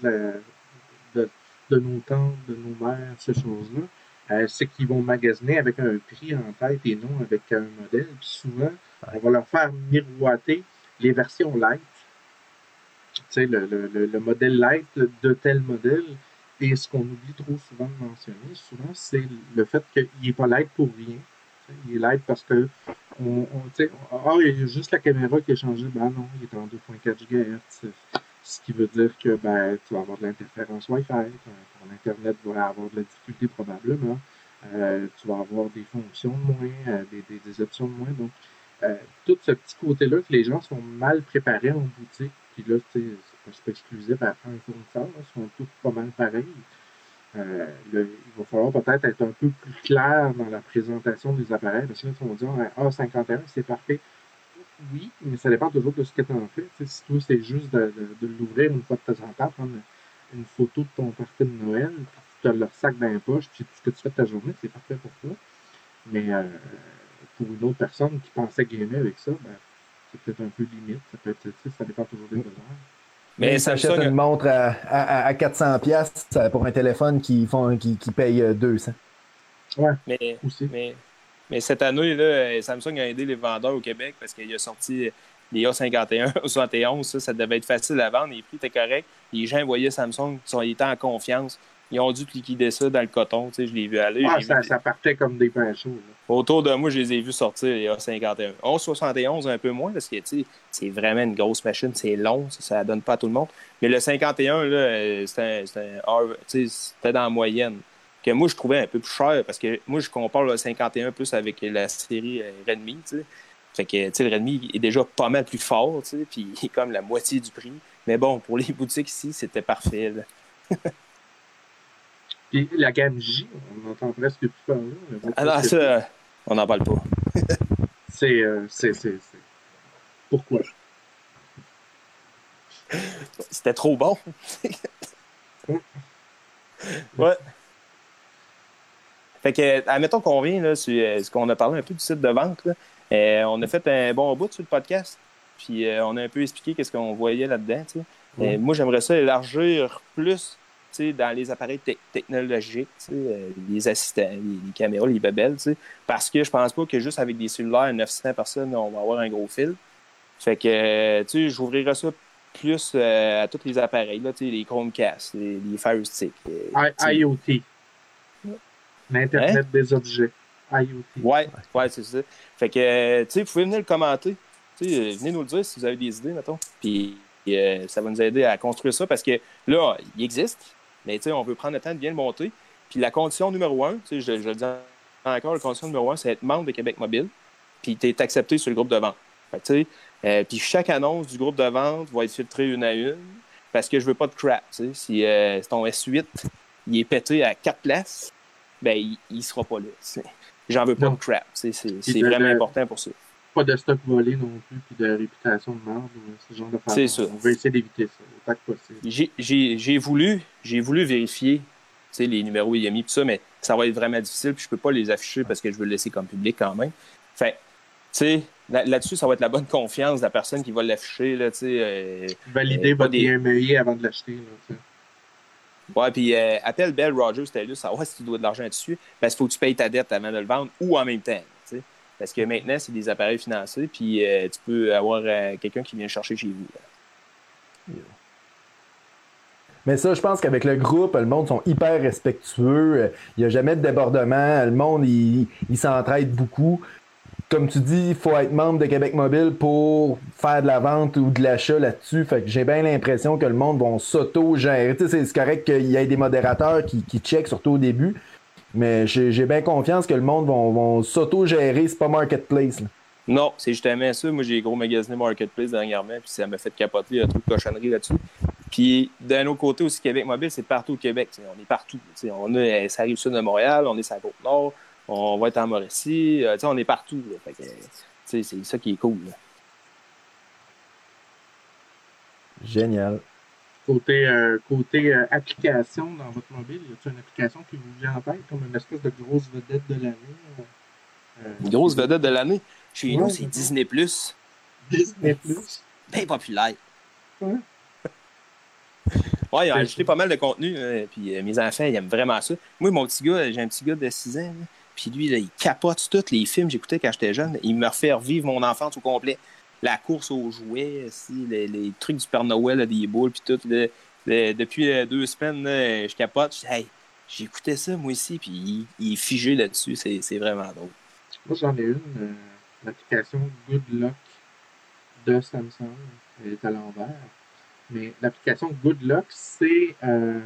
de nos tantes, de nos mères, ces choses-là, c'est qu'ils vont magasiner avec un prix en tête et non avec un modèle. Puis souvent, on va leur faire miroiter les versions light. Tu sais, le modèle light de tel modèle. Et ce qu'on oublie trop souvent de mentionner, souvent, c'est le fait qu'il n'est pas light pour rien. Il est light parce que il y a juste la caméra qui a changé. Ben non, il est en 2.4 GHz. Ce qui veut dire que tu vas avoir de l'interférence Wi-Fi. Ton Internet va avoir de la difficulté probablement. Tu vas avoir des fonctions de moins, des options de moins. Donc, tout ce petit côté-là que les gens sont mal préparés en boutique. Puis là, c'est pas exclusif à un fournisseur. Ils sont tous pas mal pareils. Il va falloir peut-être être un peu plus clair dans la présentation des appareils, parce que là, ils vont dire A51, c'est parfait. Oui, mais ça dépend toujours de ce que tu en fais. T'sais, si toi, c'est juste de l'ouvrir une fois de temps en temps, prendre une photo de ton party de Noël, puis tu as leur sac dans les poches, puis ce que tu fais de ta journée, c'est parfait pour toi. Mais pour une autre personne qui pensait gamer avec ça, c'est peut-être un peu limite. Ça dépend toujours des besoins. Mais ça achète une montre à 400$ pour un téléphone qui paye 200$. Ouais, mais cette année, là, Samsung a aidé les vendeurs au Québec parce qu'il a sorti les A51, A71. Ça devait être facile à vendre. Les prix étaient corrects. Les gens voyaient Samsung, ils étaient en confiance. Ils ont dû liquider ça dans le coton. Je l'ai vu aller. Ça partait comme des pains chauds. Là. Autour de moi, je les ai vus sortir, les A51. A71, un peu moins, parce que c'est vraiment une grosse machine. C'est long, ça ne donne pas à tout le monde. Mais le 51, là, c'était dans la moyenne. Que moi, je trouvais un peu plus cher, parce que moi, je compare le 51 plus avec la série Redmi. T'sais. Fait que le Redmi est déjà pas mal plus fort, puis il est comme la moitié du prix. Mais bon, pour les boutiques ici, c'était parfait. Là. Puis la gamme J, on n'entend presque plus parler. Alors ça, on n'en parle pas. C'est Pourquoi? C'était trop bon. Ouais. Fait que, admettons qu'on vient là, sur ce qu'on a parlé un peu du site de vente. Là. On a fait un bon bout sur le podcast. Puis on a un peu expliqué qu'est-ce qu'on voyait là-dedans. Moi, j'aimerais ça élargir plus dans les appareils technologiques, les assistants, les caméras, les babelles, parce que je pense pas que juste avec des cellulaires 900 personnes, on va avoir un gros fil. Fait que, j'ouvrirais ça plus à tous les appareils, là, les Chromecast, les Fire Stick. IoT. L'Internet des objets. IoT. Ouais, c'est ça. Fait que, vous pouvez venir le commenter. Venez nous le dire si vous avez des idées, mettons. Puis ça va nous aider à construire ça parce que là, il existe, mais on veut prendre le temps de bien le monter. Puis la condition numéro 1, je le dis encore, la condition numéro 1, c'est être membre de Québec Mobile. Puis tu es accepté sur le groupe de vente. Puis chaque annonce du groupe de vente va être filtrée une à une parce que je veux pas de crap. Si ton S8 il est pété à 4 places, ben il sera pas là. J'en veux pas de crap. C'est vraiment important pour ça. Pas de stock volé non plus, puis de réputation de merde, ce genre de façon. C'est ça. On veut essayer d'éviter ça, autant que possible. J'ai voulu vérifier les numéros IMI, tout ça, mais ça va être vraiment difficile, puis je peux pas les afficher parce que je veux le laisser comme public quand même. Fait là-dessus, ça va être la bonne confiance de la personne qui va l'afficher. Valider votre IMEI avant de l'acheter. Ouais, puis appelle Bell Rogers, c'était là, savoir si tu dois de l'argent dessus, parce qu'il faut que tu payes ta dette avant de le vendre ou en même temps. Parce que maintenant, c'est des appareils financés, puis tu peux avoir quelqu'un qui vient chercher chez vous. Là. Mais ça, je pense qu'avec le groupe, le monde sont hyper respectueux. Il n'y a jamais de débordement. Le monde, il s'entraide beaucoup. Comme tu dis, il faut être membre de Québec Mobile pour faire de la vente ou de l'achat là-dessus. Fait que j'ai bien l'impression que le monde va s'auto-gérer. C'est correct qu'il y ait des modérateurs qui checkent, surtout au début. Mais j'ai bien confiance que le monde va s'auto-gérer. C'est pas Marketplace. Là. Non, c'est justement ça. Moi, j'ai gros magasiné Marketplace dernièrement, puis ça m'a fait capoter un truc de cochonnerie là-dessus. Puis, d'un autre côté aussi, Québec Mobile, c'est partout au Québec. On est partout. Ça arrive sud de Montréal, on est sur la Côte-Nord, on va être en Mauricie. On est partout. Fait que, c'est ça qui est cool. Là. Génial. côté application dans votre mobile, y a-t-il une application qui vous vient en tête comme une espèce de grosse vedette de l'année? Une grosse vedette de l'année. Chez nous, Ouais, c'est d'accord. Disney+. Disney+. Bien populaire. Ouais. Ouais, ils ont ajouté pas mal de contenu. Puis mes enfants, ils aiment vraiment ça. Moi, mon petit gars, j'ai un petit gars de 6 ans. Là, puis lui, là, il capote tous les films que j'écoutais quand j'étais jeune. Il me refait revivre mon enfance au complet. La course aux jouets, aussi, les trucs du Père Noël, là, des boules, puis tout. Là, depuis 2 semaines, là, je capote. Je dis, hey, j'écoutais ça, moi aussi. Puis il est figé là-dessus. C'est vraiment drôle. Moi, j'en ai une, l'application Good Luck de Samsung. Elle est à l'envers. Mais l'application Good Luck, c'est... comment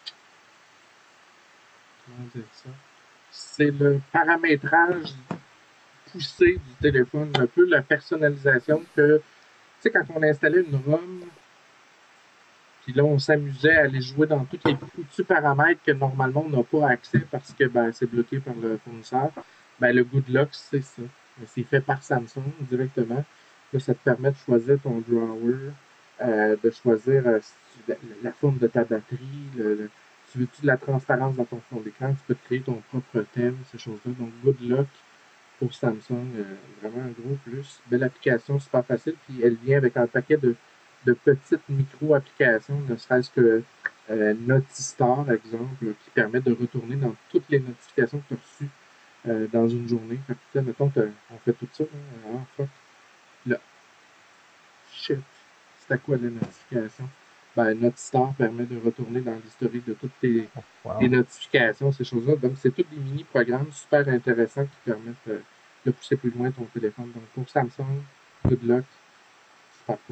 dire ça? C'est le paramétrage poussé du téléphone, un peu la personnalisation que... Tu sais, quand on installait une ROM, puis là, on s'amusait à aller jouer dans tous les petits paramètres que normalement on n'a pas accès parce que c'est bloqué par le fournisseur. Le Good Luck, c'est ça. C'est fait par Samsung directement. Là, ça te permet de choisir ton drawer, de choisir la forme de ta batterie, tu veux-tu de la transparence dans ton fond d'écran, tu peux te créer ton propre thème, ces choses-là. Donc, Good Luck pour Samsung, vraiment un gros plus. Belle application, super facile, puis elle vient avec un paquet de petites micro-applications, ne serait-ce que Notistar, par exemple, qui permet de retourner dans toutes les notifications que tu as reçues dans une journée. Fait que, mettons, on fait tout ça. Fuck. Là. Shit. C'est à quoi les notifications? Notistar permet de retourner dans l'historique de toutes tes notifications, ces choses-là. Donc, c'est tous des mini-programmes super intéressants qui permettent de pousser plus loin ton téléphone. Donc, pour Samsung, good luck. Super cool.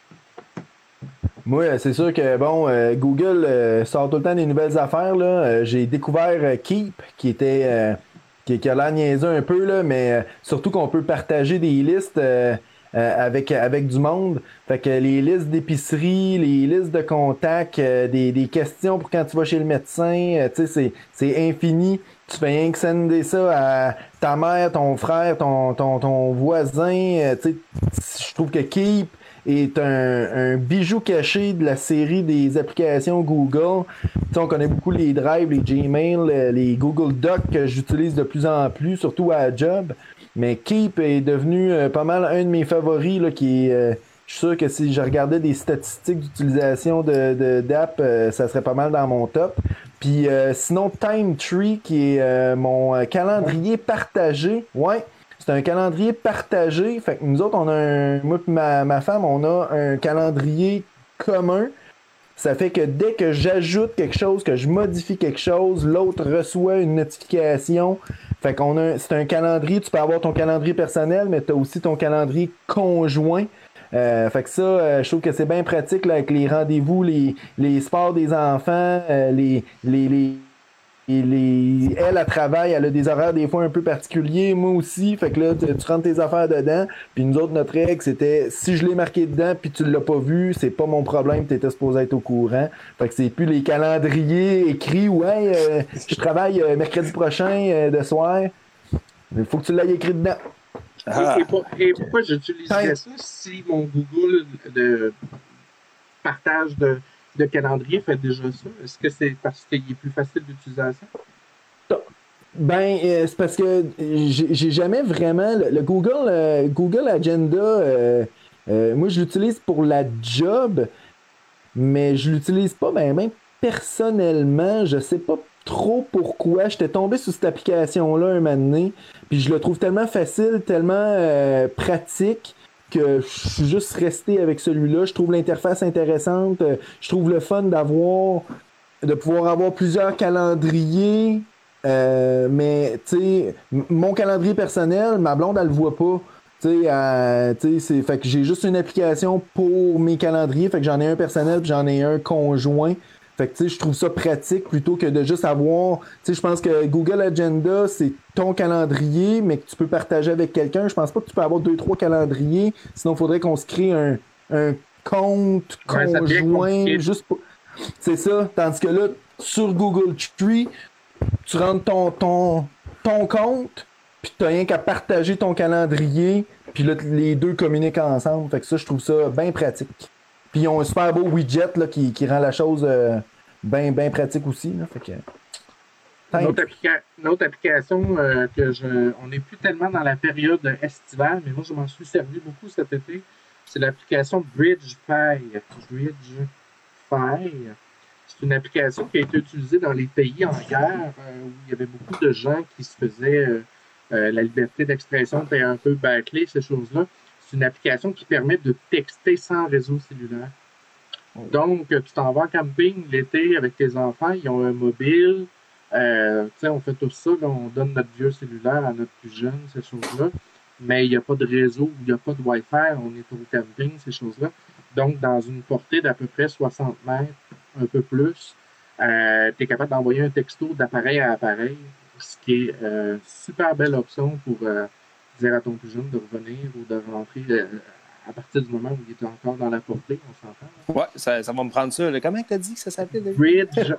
Moi, c'est sûr que Google sort tout le temps des nouvelles affaires. Là. J'ai découvert Keep, qui était qui a l'air niaiseux un peu, là, mais surtout qu'on peut partager des listes avec du monde. Fait que les listes d'épicerie, les listes de contacts, des questions pour quand tu vas chez le médecin, tu sais, c'est infini. Tu fais rien que sender ça à ta mère, ton frère, ton voisin. Tu sais, je trouve que Keep est un bijou caché de la série des applications Google. T'sais, on connaît beaucoup les Drive, les Gmail, les Google Docs que j'utilise de plus en plus, surtout à job. Mais Keep est devenu pas mal un de mes favoris, là, qui est... je suis sûr que si je regardais des statistiques d'utilisation d'app, ça serait pas mal dans mon top. Puis sinon, Time Tree, qui est mon calendrier partagé. Ouais, c'est un calendrier partagé. Fait que nous autres, moi et ma femme, on a un calendrier commun. Ça fait que dès que j'ajoute quelque chose, que je modifie quelque chose, l'autre reçoit une notification. Fait c'est un calendrier. Tu peux avoir ton calendrier personnel, mais tu as aussi ton calendrier conjoint. Fait que ça, je trouve que c'est bien pratique là, avec les rendez-vous, les sports des enfants, elle, à travail, elle a des horaires des fois un peu particuliers, moi aussi. Fait que là, tu rentres tes affaires dedans. Puis nous autres, notre règle, c'était si je l'ai marqué dedans puis tu l'as pas vu, c'est pas mon problème, t'étais supposé être au courant. Fait que c'est plus les calendriers écrits, ouais, je travaille mercredi prochain de soir. Il faut que tu l'aies écrit dedans. Et pourquoi j'utiliserais ça si mon Google de partage de calendrier fait déjà ça? Est-ce que c'est parce qu'il est plus facile d'utilisation? C'est parce que j'ai jamais vraiment... Le Google Agenda, moi, je l'utilise pour la job, mais je l'utilise pas même personnellement. Je sais pas trop pourquoi. J'étais tombé sur cette application-là un moment donné, puis je le trouve tellement facile, tellement pratique, que je suis juste resté avec celui-là. Je trouve l'interface intéressante. Je trouve le fun de pouvoir avoir plusieurs calendriers. Mais tu sais, mon calendrier personnel, ma blonde, elle le voit pas. Fait que j'ai juste une application pour mes calendriers. Fait que j'en ai un personnel puis j'en ai un conjoint. Fait que tu sais, je trouve ça pratique plutôt que de juste avoir. Tu sais, je pense que Google Agenda, c'est ton calendrier, mais que tu peux partager avec quelqu'un. Je pense pas que tu peux avoir 2-3 calendriers. Sinon, il faudrait qu'on se crée un compte conjoint. Juste pour... C'est ça. Tandis que là, sur Google Tree, tu rentres ton compte, puis t'as rien qu'à partager ton calendrier, puis là, les deux communiquent ensemble. Fait que ça, je trouve ça bien pratique. Puis ils ont un super beau widget là, qui rend la chose bien pratique aussi. Là, fait que... Une autre application on n'est plus tellement dans la période estivale, mais moi je m'en suis servi beaucoup cet été. C'est l'application BridgeFire. C'est une application qui a été utilisée dans les pays en guerre où il y avait beaucoup de gens qui se faisaient la liberté d'expression était un peu bâclée, ces choses-là. C'est une application qui permet de texter sans réseau cellulaire. Donc, tu t'en vas en camping l'été avec tes enfants, ils ont un mobile. On fait tout ça, là, on donne notre vieux cellulaire à notre plus jeune, ces choses-là. Mais il n'y a pas de réseau, il n'y a pas de Wi-Fi, on est au camping, ces choses-là. Donc, dans une portée d'à peu près 60 mètres, un peu plus, tu es capable d'envoyer un texto d'appareil à appareil, ce qui est une super belle option pour dire à ton plus jeune de revenir ou de rentrer à partir du moment où il est encore dans la portée, on s'entend. Là. Ouais, ça va me prendre ça. Là. Comment tu as dit que ça s'appelait? BridgeFire.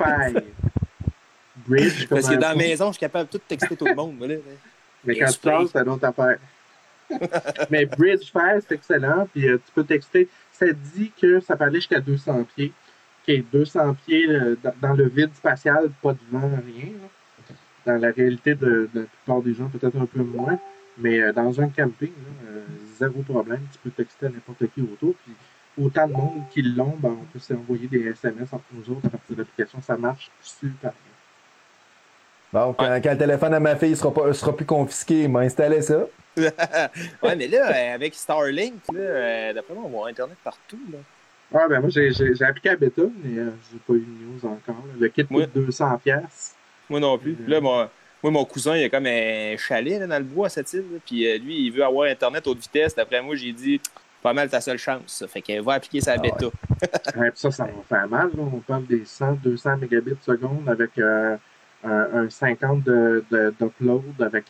Parce que dans la maison, je suis capable de tout texter tout le monde. Mais quand tu parles, c'est une autre affaire. Mais BridgeFire, c'est excellent. Puis tu peux texter. Ça dit que ça peut aller jusqu'à 200 pieds. OK, 200 pieds dans le vide spatial, pas de vent, rien. Là. Dans la réalité de la plupart des gens, peut-être un peu moins. Mais dans un camping, là, zéro problème. Tu peux texter à n'importe qui autour. Puis autant de monde qui l'ont, ben, on peut s'envoyer des SMS entre nous autres à partir de l'application. Ça marche super bien. Bon, quand le téléphone à ma fille sera plus confisqué, il m'a installé ça. Ouais, mais là, avec Starlink, là, d'après moi, on va avoir Internet partout. Là. Ah, ben moi, j'ai appliqué à bêta, mais j'ai pas eu de news encore. Là. Le kit coûte 200$. Moi non plus. Là, mon cousin, il a comme un chalet là, dans le bois à cette île. Puis lui, il veut avoir Internet haute vitesse. D'après moi, j'ai dit, pas mal ta seule chance. Ça. Fait qu'elle va appliquer sa bêta. Ouais. Ça va faire mal. Là. On parle des 100-200 mégabits seconde avec un 50 d'upload, avec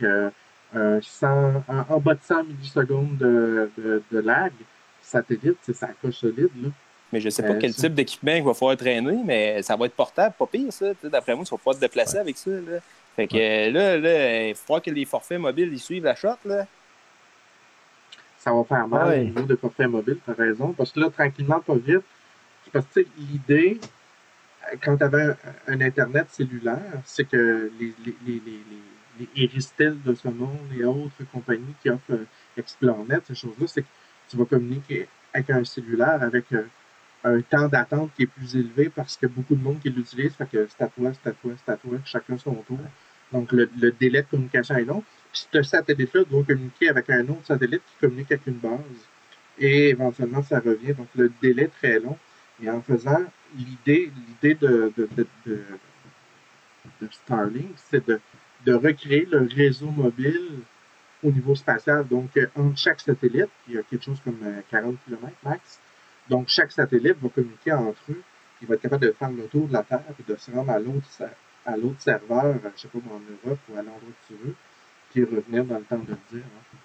en bas de 100 millisecondes de lag. Satellite, ça coche solide. Là. Mais je sais pas quel type d'équipement il va falloir traîner, mais ça va être portable, pas pire, ça. D'après moi, tu vas pouvoir te déplacer avec ça. Là. Fait que là, il faut falloir que les forfaits mobiles ils suivent la shot. Là. Ça va faire mal au niveau des forfaits mobiles, tu as raison. Parce que là, tranquillement, pas vite. Parce que l'idée, quand tu avais un Internet cellulaire, c'est que les Eristel de ce monde et autres compagnies qui offrent ExploreNet, ces choses-là, c'est que tu vas communiquer avec un cellulaire avec un temps d'attente qui est plus élevé parce qu'il y a beaucoup de monde qui l'utilise. Fait que c'est à toi, chacun son tour. Donc, le délai de communication est long. Puis, ce satellite-là doit communiquer avec un autre satellite qui communique avec une base. Et éventuellement, ça revient. Donc, le délai est très long. Et en faisant l'idée de Starlink, c'est de recréer le réseau mobile au niveau spatial. Donc, entre chaque satellite, il y a quelque chose comme 40 km max. Donc, chaque satellite va communiquer entre eux. Il va être capable de faire le tour de la Terre et de se rendre à l'autre serveur, je ne sais pas, en Europe ou à l'endroit que tu veux, puis revenir dans le temps de le dire. Hein.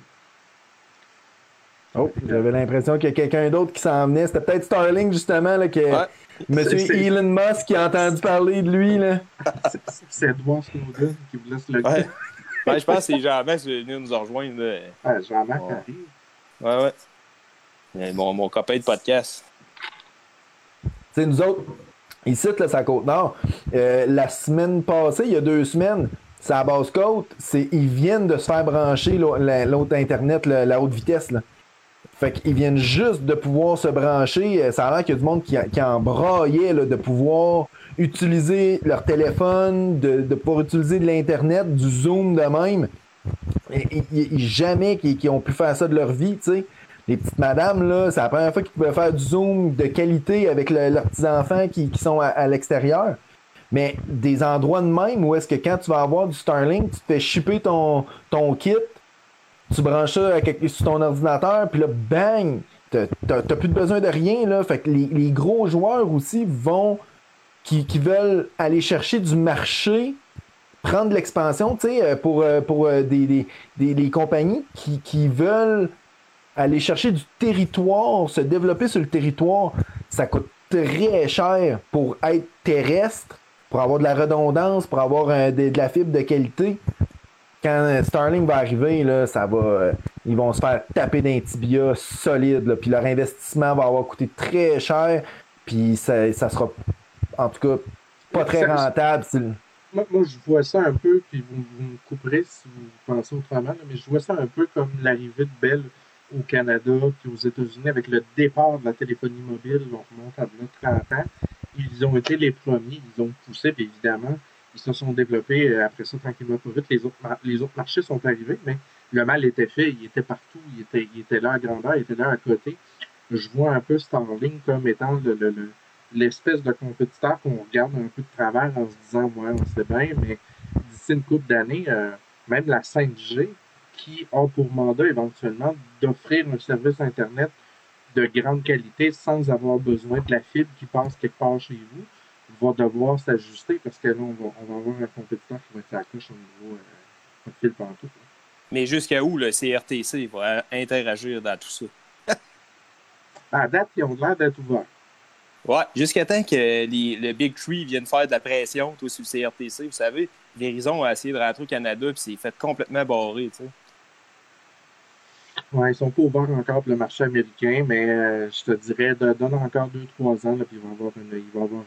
Oh, j'avais l'impression qu'il y a quelqu'un d'autre qui s'en venait. C'était peut-être Starlink, justement, là, que Monsieur Elon Musk qui a entendu parler de lui. Là. C'est Edward Snowden qui vous laisse le gars. Je pense que c'est Jean-Max qui est venu nous rejoindre. Là. Jean-Max arrive. Ouais. Mon copain de podcast. C'est nous autres, ici, là, c'est à Côte-Nord. La semaine passée, il y a 2 semaines, c'est à Basse-Côte, ils viennent de se faire brancher l'autre Internet, la haute vitesse. Là. Fait qu'ils viennent juste de pouvoir se brancher. Ça a l'air qu'il y a du monde qui embraillait là, de pouvoir utiliser leur téléphone, de pouvoir utiliser de l'Internet, du Zoom de même. Et jamais qu'ils ont pu faire ça de leur vie, tu sais. Les petites madames, là, c'est la première fois qu'ils pouvaient faire du Zoom de qualité avec leurs petits-enfants qui sont à l'extérieur. Mais des endroits de même où est-ce que quand tu vas avoir du Starlink, tu te fais shipper ton kit, tu branches ça sur ton ordinateur, puis là, bang! T'as plus besoin de rien, là. Fait que les gros joueurs aussi qui veulent aller chercher du marché, prendre de l'expansion, tu sais, pour des compagnies qui veulent aller chercher du territoire, se développer sur le territoire, ça coûte très cher pour être terrestre, pour avoir de la redondance, pour avoir de la fibre de qualité. Quand Starlink va arriver, là, ça va. ils vont se faire taper d'un tibia solide, là, puis leur investissement va avoir coûté très cher, puis ça sera, en tout cas, pas très rentable. Moi, je vois ça un peu, puis vous me couperez si vous pensez autrement, là, mais je vois ça un peu comme l'arrivée de Bell au Canada puis aux États-Unis avec le départ de la téléphonie mobile. On remonte à 30 ans. Ils ont été les premiers, ils ont poussé, puis évidemment, ils se sont développés après ça tranquillement pas vite. Les autres marchés sont arrivés, mais le mal était fait, il était partout, il était là à grandeur, il était là à côté. Je vois un peu Starlink comme étant l'espèce de compétiteur qu'on regarde un peu de travers en se disant, ouais, on sait bien, mais d'ici une couple d'années, même la 5G, qui a pour mandat éventuellement d'offrir un service Internet de grande qualité sans avoir besoin de la fibre qui passe quelque part chez vous, va devoir s'ajuster parce que là, on va avoir un compétiteur qui va être à la coche au niveau de fil pantoute. Mais jusqu'à où le CRTC va interagir dans tout ça? À date, ils ont l'air d'être ouverts. Ouais, jusqu'à temps que le Big Three vienne faire de la pression sur le CRTC. Vous savez, Verizon a essayé de rentrer au Canada puis s'est fait complètement barrer, tu sais. Ouais, ils sont pas ouverts encore pour le marché américain, mais je te dirais, donne encore 2-3 ans, là, puis il va y avoir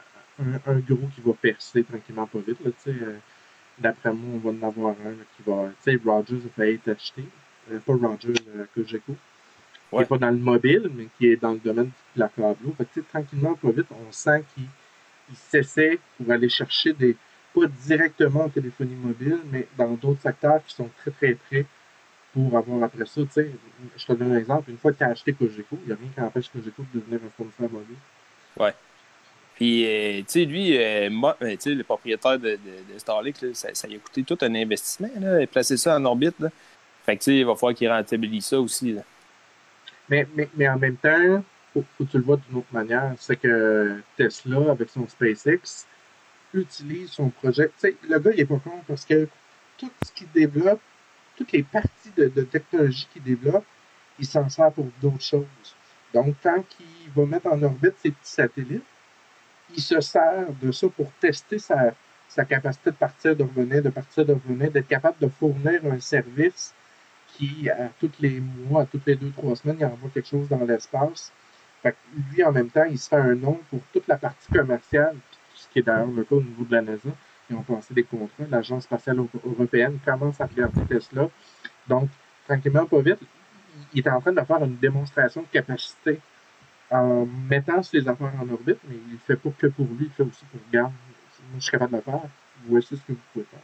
un gros qui va percer tranquillement pas vite. Là, d'après moi, on va en avoir un là, qui va. Tu sais, Rogers a failli être acheté. Pas Rogers, Cogeco. Qui n'est pas dans le mobile, mais qui est dans le domaine de la câble. Fait que, tranquillement pas vite, on sent qu'ils s'essaient pour aller chercher pas directement en téléphonie mobile, mais dans d'autres secteurs qui sont très, très près pour avoir après ça, tu sais, je te donne un exemple, une fois que tu as acheté Cogeco, il n'y a rien qui empêche Cogeco de devenir un fournisseur mobile. Ouais. Puis, tu sais, lui, tu sais, le propriétaire de Starlink, là, ça lui a coûté tout un investissement, là, et placer ça en orbite, là. Fait que, tu sais, il va falloir qu'il rentabilise ça aussi, là. Mais en même temps, faut que tu le vois d'une autre manière, c'est que Tesla, avec son SpaceX, utilise son projet. Tu sais, le gars, il est pas con parce que tout ce qu'il développe, toutes les parties de technologie qu'il développe, il s'en sert pour d'autres choses. Donc, quand il va mettre en orbite ses petits satellites, il se sert de ça pour tester sa capacité de partir, de revenir, d'être capable de fournir un service qui, à tous les mois, à toutes les 2-3 semaines, il envoie quelque chose dans l'espace. Fait que lui, en même temps, il se fait un nom pour toute la partie commerciale, ce qui est d'ailleurs le cas au niveau de la NASA. Ils ont passé des contrats. L'Agence spatiale européenne commence à regarder Tesla. Donc, tranquillement, pas vite, il est en train de faire une démonstration de capacité en mettant ses affaires en orbite, mais il ne le fait pas que pour lui, il le fait aussi pour regarder. Moi, je suis capable de le faire. Voici ce que vous pouvez faire.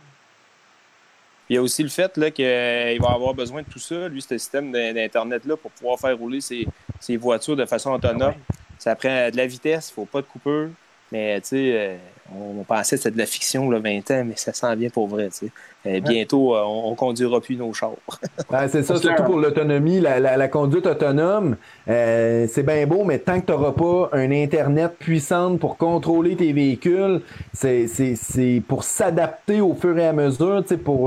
Il y a aussi le fait là, qu'il va avoir besoin de tout ça, lui, ce système d'Internet-là, pour pouvoir faire rouler ses voitures de façon autonome. Ça prend de la vitesse, il ne faut pas de coupeur. Mais tu sais, on pensait que c'était de la fiction, là, 20 ans, mais ça s'en vient pour vrai. Tu sais. Bientôt, on conduira plus nos chars. C'est ça, surtout pour l'autonomie, la conduite autonome. C'est bien beau, mais tant que tu n'auras pas un Internet puissant pour contrôler tes véhicules, c'est pour s'adapter au fur et à mesure, pour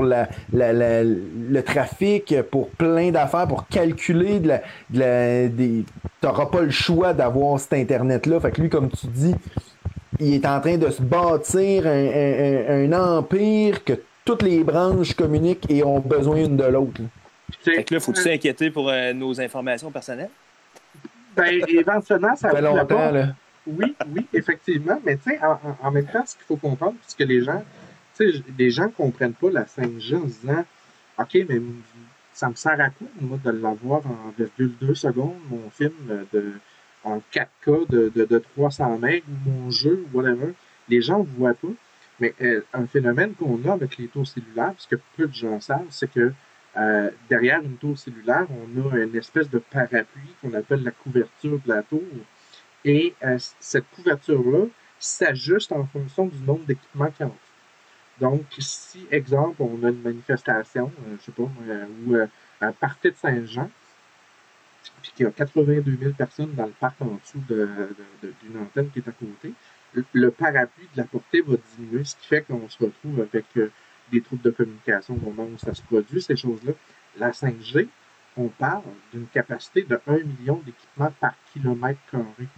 le trafic, pour plein d'affaires, pour calculer tu n'auras pas le choix d'avoir cet Internet-là. Fait que lui, comme tu dis, il est en train de se bâtir un empire que toutes les branches communiquent et ont besoin une de l'autre. Fait que là, faut-tu s'inquiéter pour nos informations personnelles? Ben, éventuellement, ça fait longtemps, là. Oui, effectivement. Mais tu sais, en même temps, ce qu'il faut comprendre, c'est que les gens ne comprennent pas la 5G en se disant OK, mais ça me sert à quoi, moi, de l'avoir en 1,2 secondes, mon film en 4K de 300 MB ou mon jeu, whatever. Les gens ne voient pas. Mais un phénomène qu'on a avec les tours cellulaires, parce que peu de gens savent, c'est que derrière une tour cellulaire, on a une espèce de parapluie qu'on appelle la couverture de la tour. Et cette couverture-là s'ajuste en fonction du nombre d'équipements qu'il y a. Donc, si, exemple, on a une manifestation, je sais pas, ou un party de Saint-Jean, puis qu'il y a 82 000 personnes dans le parc en dessous d'une antenne qui est à côté, le parapluie de la portée va diminuer, ce qui fait qu'on se retrouve avec des troubles de communication au moment où ça se produit, ces choses-là. La 5G, on parle d'une capacité de 1 million d'équipements par kilomètre carré.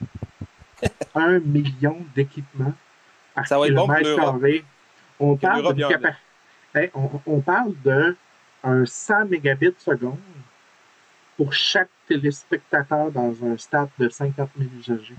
1 million d'équipements par kilomètre carré. On parle d'une capacité. On parle d'un 100 mégabits seconde pour chaque téléspectateur dans un stade de 50 000 usagers.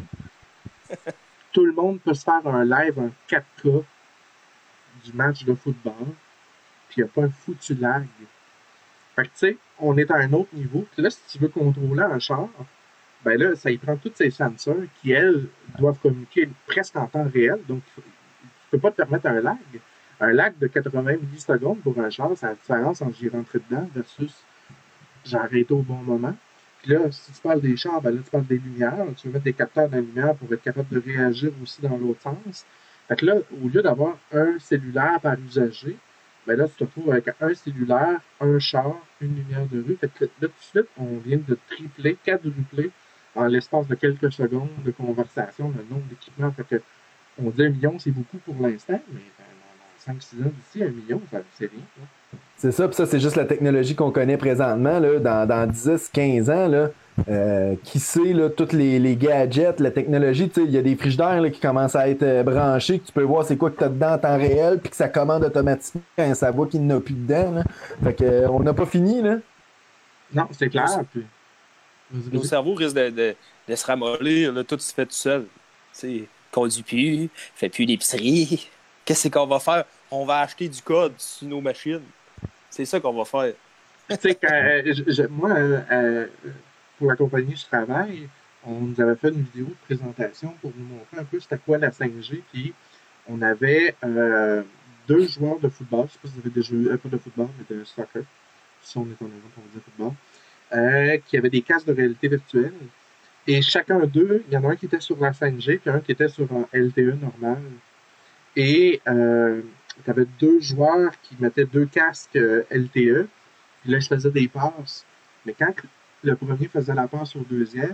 Tout le monde peut se faire un live en 4K du match de football, puis il n'y a pas un foutu lag. Fait que, tu sais, on est à un autre niveau. Puis là, si tu veux contrôler un char, ben là, ça y prend toutes ces sensors qui, elles, doivent communiquer presque en temps réel. Donc, tu ne peux pas te permettre un lag. Un lag de 80 millisecondes pour un char, c'est la différence entre j'y rentré dedans versus j'ai arrêté au bon moment. Puis là, si tu parles des chars, ben là, tu parles des lumières. Tu veux mettre des capteurs dans la lumière pour être capable de réagir aussi dans l'autre sens. Fait que là, au lieu d'avoir un cellulaire par usager, ben là, tu te retrouves avec un cellulaire, un char, une lumière de rue. Fait que là, tout de suite, on vient de tripler, quadrupler en l'espace de quelques secondes de conversation le nombre d'équipements. Fait que on dit 1 million, c'est beaucoup pour l'instant, mais dans 5-6 ans d'ici, 1 million, c'est rien. Là. C'est ça, puis ça, c'est juste la technologie qu'on connaît présentement. Là, dans 10-15 ans, là, qui sait, là, tous les gadgets, la technologie, il y a des frigidaires là, qui commencent à être branchés, que tu peux voir c'est quoi que tu as dedans en temps réel, puis que ça commande automatiquement quand ça voit qu'il n'y en a plus dedans. Là. Fait que, on n'a pas fini. Là. Non, c'est clair. Puis... Nos cerveaux risquent de se ramollir, là, tout se fait tout seul. T'sais, conduit plus, fait plus d'épicerie. Qu'est-ce qu'on va faire? On va acheter du code sur nos machines. C'est ça qu'on va faire. Tu sais, moi, pour la compagnie où je travaille, on nous avait fait une vidéo de présentation pour nous montrer un peu c'était quoi la 5G. Puis on avait 2 joueurs de football. Je ne sais pas si vous avez déjà eu, pas de football, mais de soccer. Si on est en Europe, on va dire football. Qui avaient des casques de réalité virtuelle. Et chacun d'eux, il y en a un qui était sur la 5G, puis un qui était sur un LTE normal. Et tu avais 2 joueurs qui mettaient 2 casques LTE, puis là, ils faisaient des passes. Mais quand le premier faisait la passe au deuxième,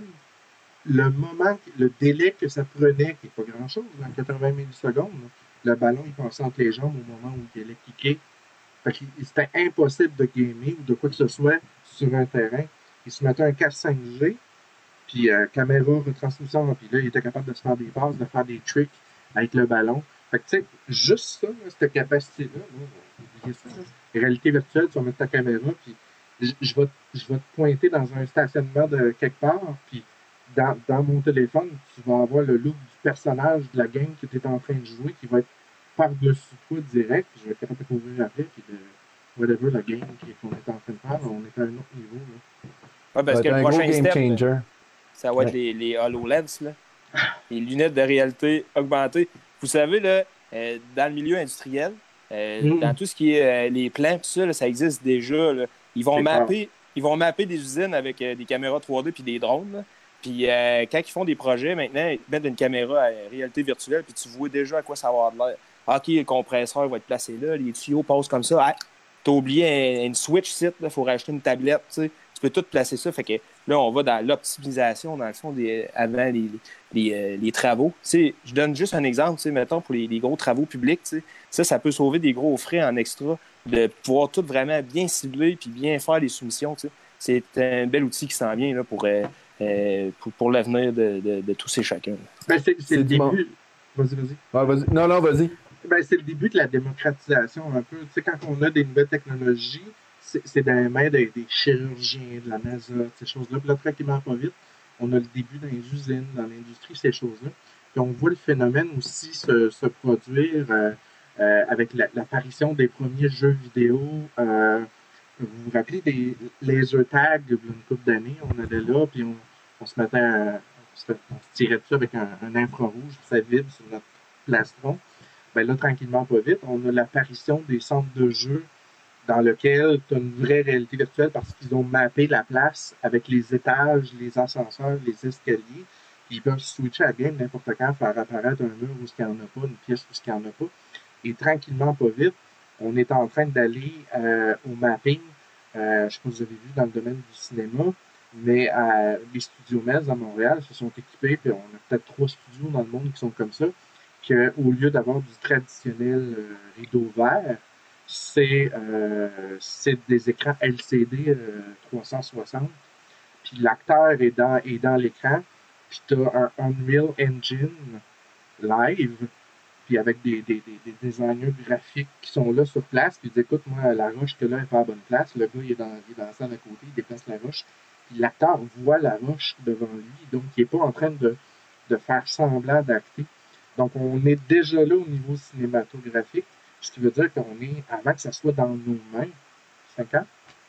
le délai que ça prenait, qui n'est pas grand-chose, dans 80 millisecondes, le ballon, il passait entre les jambes au moment où il allait kicker. Fait que c'était impossible de gamer ou de quoi que ce soit sur un terrain. Il se mettait un casque 5G, puis caméra, retransmission, puis là, il était capable de se faire des passes, de faire des tricks avec le ballon. Fait que, tu sais, juste ça, là, cette capacité-là, oubliez ça, là. Réalité virtuelle, tu vas mettre ta caméra, puis je vais te pointer dans un stationnement de quelque part, puis dans mon téléphone, tu vas avoir le look du personnage de la game que tu es en train de jouer, qui va être par-dessus toi direct, puis je vais être capable de couvrir après, puis de whatever la game qu'on est en train de faire, on est à un autre niveau. Là. Ouais, parce que le prochain step, changer. Ça va être les HoloLens, là. Les lunettes de réalité augmentée. Vous savez, là, dans le milieu industriel, dans tout ce qui est les plans, tout ça, là, ça existe déjà. Là. Ils vont mapper des usines avec des caméras 3D puis des drones. Là. Puis quand ils font des projets, maintenant, ils mettent une caméra à réalité virtuelle, puis tu vois déjà à quoi ça va avoir de l'air. OK, le compresseur va être placé là, les tuyaux passent comme ça. Ah, t'as oublié une switch site, il faut rajouter une tablette, tu sais. Tu peux tout placer ça. Fait que là, on va dans l'optimisation, dans le fond, avant les travaux. Tu sais, je donne juste un exemple, tu sais, mettons, pour les gros travaux publics, tu sais, ça peut sauver des gros frais en extra, de pouvoir tout vraiment bien cibler puis bien faire les soumissions. Tu sais. C'est un bel outil qui s'en vient là, pour l'avenir de tous et chacun. Ben, c'est le début. Vas-y. Ouais, vas-y. Non, vas-y. Ben, c'est le début de la démocratisation un peu. Tu sais, quand on a des nouvelles technologies, c'est dans les mains des chirurgiens, de la NASA, ces choses-là. Puis là, tranquillement, pas vite, on a le début dans les usines, dans l'industrie, ces choses-là. Puis on voit le phénomène aussi se produire avec l'apparition des premiers jeux vidéo. Vous vous rappelez des laser tags, il y a une couple d'années, on allait là, puis on se mettait on se tirait dessus avec un infrarouge, puis ça vibre sur notre plastron. Ben là, tranquillement, pas vite, on a l'apparition des centres de jeux dans lequel tu as une vraie réalité virtuelle parce qu'ils ont mappé la place avec les étages, les ascenseurs, les escaliers. Puis ils peuvent switcher à game n'importe quand, faire apparaître un mur où il n'y en a pas, une pièce où il n'y en a pas. Et tranquillement, pas vite, on est en train d'aller au mapping. Je ne sais pas si vous avez vu dans le domaine du cinéma, mais les studios MES à Montréal se sont équipés, puis on a peut-être 3 studios dans le monde qui sont comme ça, qu'au lieu d'avoir du traditionnel rideau vert, c'est des écrans LCD 360. Puis l'acteur est dans l'écran. Puis tu as un Unreal Engine live. Puis avec des designers graphiques qui sont là sur place. Puis ils disent écoute, moi, la roche que là est pas à la bonne place. Le gars, il est dans la salle à côté, il déplace la roche. puis l'acteur voit la roche devant lui, donc il n'est pas en train de faire semblant d'acter. Donc, on est déjà là au niveau cinématographique, ce qui veut dire qu'on est, avant que ça soit dans nos mains, 5 ans.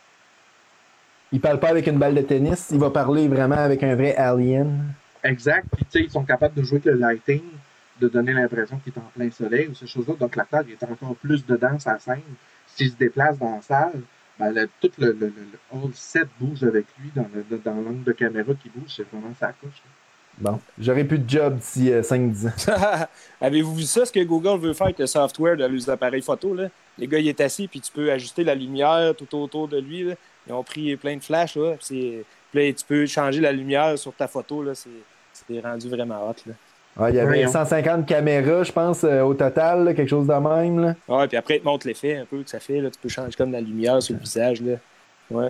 Il parle pas avec une balle de tennis, il va parler vraiment avec un vrai alien. Exact. Puis, tu sais, ils sont capables de jouer avec le lighting, de donner l'impression qu'il est en plein soleil ou ces choses-là. Donc, l'acteur est encore plus dedans sa scène. S'il se déplace dans la salle, ben, tout le whole set bouge avec lui dans l'angle de caméra qui bouge. C'est vraiment sa couche. Bon, j'aurai plus de job d'ici 5-10 ans. Avez-vous vu ça, ce que Google veut faire avec le software de les appareils photo? Là? Les gars, il est assis, puis tu peux ajuster la lumière tout autour de lui. Là. Ils ont pris plein de flashs. Là, puis là, tu peux changer la lumière sur ta photo. Là. C'est rendu vraiment hot. Là. Ah, il y avait 150 caméras, je pense, au total, là, quelque chose de même. Là. Ouais, puis après, il te montre l'effet un peu que ça fait. Là. Tu peux changer comme la lumière sur le visage. Là. Ouais.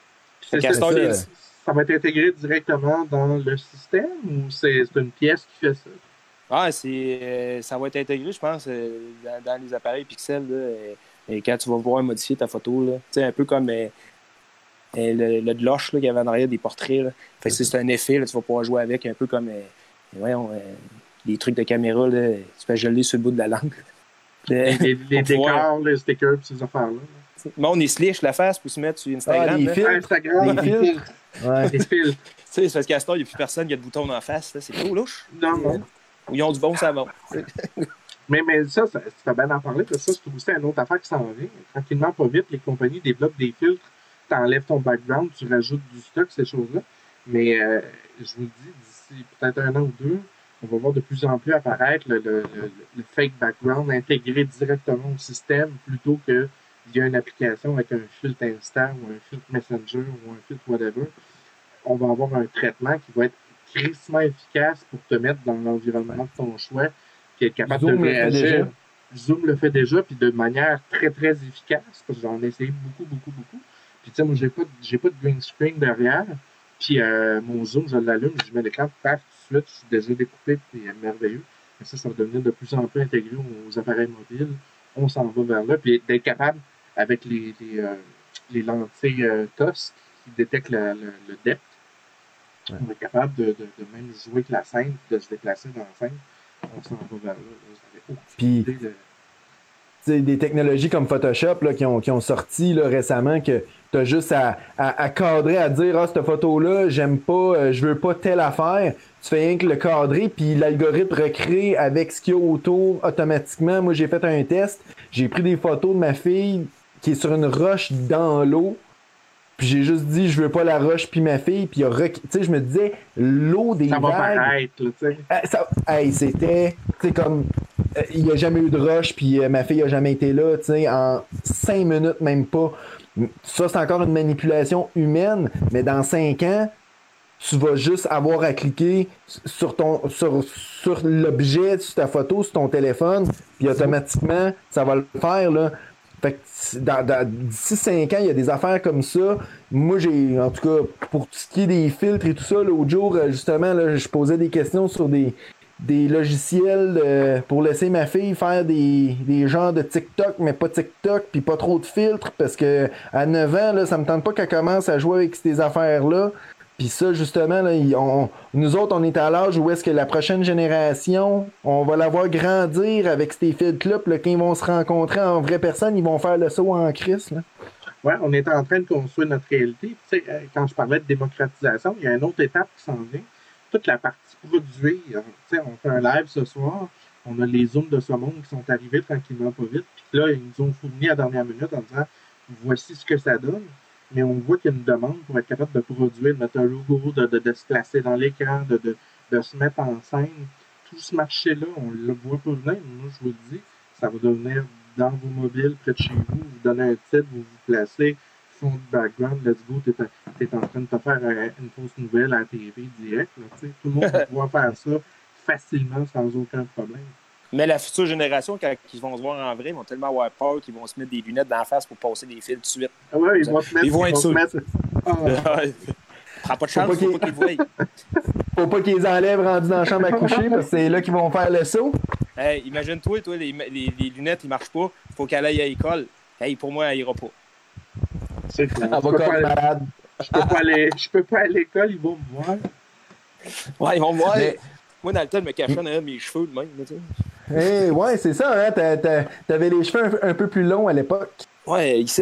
Ça va être intégré directement dans le système ou c'est une pièce qui fait ça? Ah, ça va être intégré, je pense, dans les appareils Pixel. Là, et quand tu vas pouvoir modifier ta photo, là, tu sais, un peu comme le Glosh qu'il y avait en arrière des portraits. Là. Fait que c'est un effet, là, tu vas pouvoir jouer avec, un peu comme des trucs de caméra. Là, tu peux geler sur le bout de la langue. Les décors, les stickers, ces affaires-là. Mais on est slish la face pour se mettre sur Instagram. Les filtres. Instagram, les filtres. Ouais. Les filtres. C'est parce qu'à ce temps, il n'y a plus personne qui a de boutons en face. Là. C'est trop louche. Non. Ou ils ont du bon savon. mais ça fait bien d'en parler, parce que ça, c'est aussi une autre affaire qui s'en vient. Tranquillement, pas vite, les compagnies développent des filtres, tu enlèves ton background, tu rajoutes du stock, ces choses-là. Mais je vous le dis, d'ici peut-être 1 an ou 2, on va voir de plus en plus apparaître le fake background intégré directement au système plutôt que via une application avec un filtre Insta ou un filtre Messenger ou un filtre whatever. On va avoir un traitement qui va être crissement efficace pour te mettre dans l'environnement de ton choix, qui est capable Zoom de réagir. Zoom le fait déjà, puis de manière très, très efficace, parce que j'en ai essayé beaucoup. Puis tu sais, moi, j'ai pas de green screen derrière, puis mon Zoom, je l'allume, je mets l'écran, paf, tout de suite, je suis déjà découpé, puis c'est merveilleux. Et ça va devenir de plus en plus intégré aux appareils mobiles. On s'en va vers là, puis d'être capable, avec les lentilles TOS qui détectent le depth, on est capable de même jouer avec la scène, de se déplacer dans la scène. On s'en va vers là. Puis, des technologies comme Photoshop là, qui ont sorti là, récemment que tu as juste à cadrer, à dire cette photo-là, j'aime pas, je veux pas telle affaire. Tu fais rien que le cadrer, puis l'algorithme recrée avec ce qu'il y a autour automatiquement. Moi, j'ai fait un test. J'ai pris des photos de ma fille qui est sur une roche dans l'eau. Puis j'ai juste dit, je veux pas la roche puis ma fille. Puis tu sais, je me disais, l'eau des vagues... Ça va paraître, tu sais. C'était, tu sais, comme... Il n'y a jamais eu de roche, puis ma fille a jamais été là, tu sais, en 5 minutes, même pas. Ça, c'est encore une manipulation humaine, mais dans 5 ans, tu vas juste avoir à cliquer sur l'objet, sur ta photo, sur ton téléphone, puis automatiquement, ça va le faire, là. Fait que d'ici 5 ans, il y a des affaires comme ça. Moi, en tout cas, pour tout ce qui est des filtres et tout ça, l'autre jour, justement, là, je posais des questions sur des logiciels pour laisser ma fille faire des genres de TikTok, mais pas TikTok, puis pas trop de filtres, parce que à 9 ans, là, ça me tente pas qu'elle commence à jouer avec ces affaires-là. Puis ça, justement, là, nous autres, on est à l'âge où est-ce que la prochaine génération, on va la voir grandir avec ces filtres-là, puis là, quand ils vont se rencontrer en vraie personne, ils vont faire le saut en crise. Oui, on est en train de construire notre réalité. Puis, quand je parlais de démocratisation, il y a une autre étape qui s'en vient. Toute la partie produire. On fait un live ce soir, on a les Zooms de ce monde qui sont arrivés tranquillement pas vite. Puis là, ils nous ont fourni à la dernière minute en disant voici ce que ça donne. Mais on voit qu'il y a une demande pour être capable de produire, de mettre un logo, de se placer dans l'écran, de se mettre en scène. Tout ce marché-là, on le voit pas venir. Moi, je vous le dis, ça va devenir dans vos mobiles, près de chez vous. Vous donnez un titre, vous vous placez, fond de background, let's go, t'es en train de te faire une fausse nouvelle à la TV direct. Là, tout le monde va pouvoir faire ça facilement, sans aucun problème. Mais la future génération, quand ils vont se voir en vrai, ils vont tellement avoir peur qu'ils vont se mettre des lunettes dans la face pour passer des fils tout de suite. Ah ouais, ils vont se mettre. Prends pas de chance, faut pas qu'ils voient. Faut pas qu'ils les enlèvent rendus dans la chambre à coucher, parce que c'est là qu'ils vont faire le saut. Hey, imagine-toi, les lunettes, ils marchent pas. Faut qu'elle aille à l'école. Hey, pour moi, elle ira pas. C'est clair. Elle va comme malade. Je peux pas aller à l'école, ils vont me voir. Ouais, ils vont me voir. Mais- Moi, dans le temps, je me cachais dans mes cheveux de même. Tu sais. Hey, ouais, c'est ça, hein? T'avais les cheveux un peu plus longs à l'époque. Ouais, ici.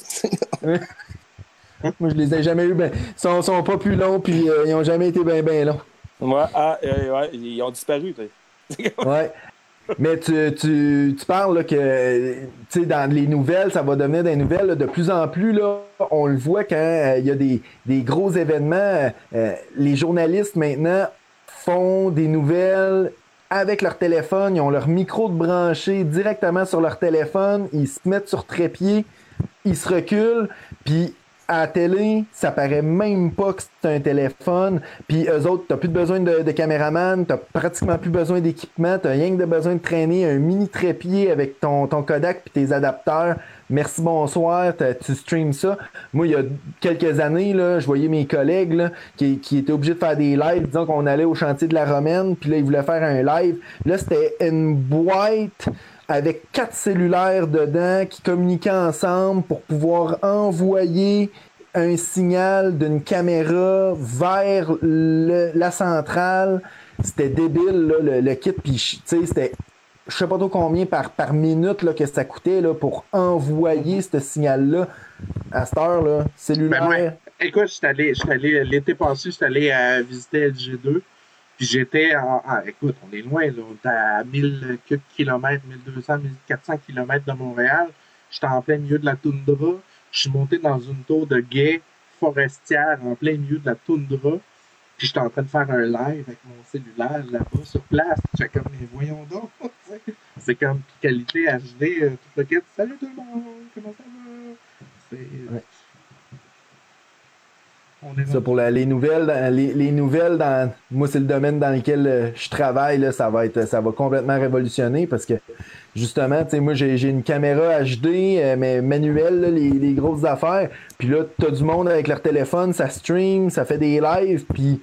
Moi, je les ai jamais eu. Sont pas plus longs, puis ils ont jamais été bien longs. Ouais, ouais, ils ont disparu. Tu sais. Ouais. Mais tu parles là, que tu sais, dans les nouvelles, ça va devenir des nouvelles. Là, de plus en plus, là, on le voit quand il y a des gros événements. Les journalistes maintenant font des nouvelles avec leur téléphone. Ils ont leur micro de branché directement sur leur téléphone. Ils se mettent sur trépied. Ils se reculent. Puis à la télé, ça paraît même pas que c'est un téléphone. Puis eux autres, t'as plus de besoin de caméraman, t'as pratiquement plus besoin d'équipement, t'as rien que de besoin de traîner un mini trépied avec ton Kodak puis tes adapteurs. Merci, bonsoir, tu streams ça. Moi, il y a quelques années, là, je voyais mes collègues là, qui étaient obligés de faire des lives, disons qu'on allait au chantier de la Romaine, puis là, ils voulaient faire un live. Là, c'était une boîte avec 4 cellulaires dedans qui communiquaient ensemble pour pouvoir envoyer un signal d'une caméra vers la centrale. C'était débile, là, le kit. Puis, tu sais, c'était, je sais pas trop combien par minute là, que ça coûtait là, pour envoyer ce signal-là. À cette heure, là, cellulaire. Ben moi, écoute, j'étais allé l'été passé, j'étais allé visiter LG2. Puis j'étais écoute, on est loin, là, on est à 1000 km, 1200, 1400 km de Montréal. J'étais en plein milieu de la toundra. Je suis monté dans une tour de guet forestière en plein milieu de la toundra. Puis j'étais en train de faire un live avec mon cellulaire là-bas sur place. J'étais comme, mais voyons donc. C'est comme qualité HD, tout le kit. Salut tout le monde, comment ça va? Ouais. On est Ça pour les nouvelles, les nouvelles dans moi c'est le domaine dans lequel je travaille là, ça va complètement révolutionner parce que justement, tu sais moi j'ai une caméra HD mais manuelle là, les grosses affaires, puis là t'as du monde avec leur téléphone, ça stream, ça fait des lives, puis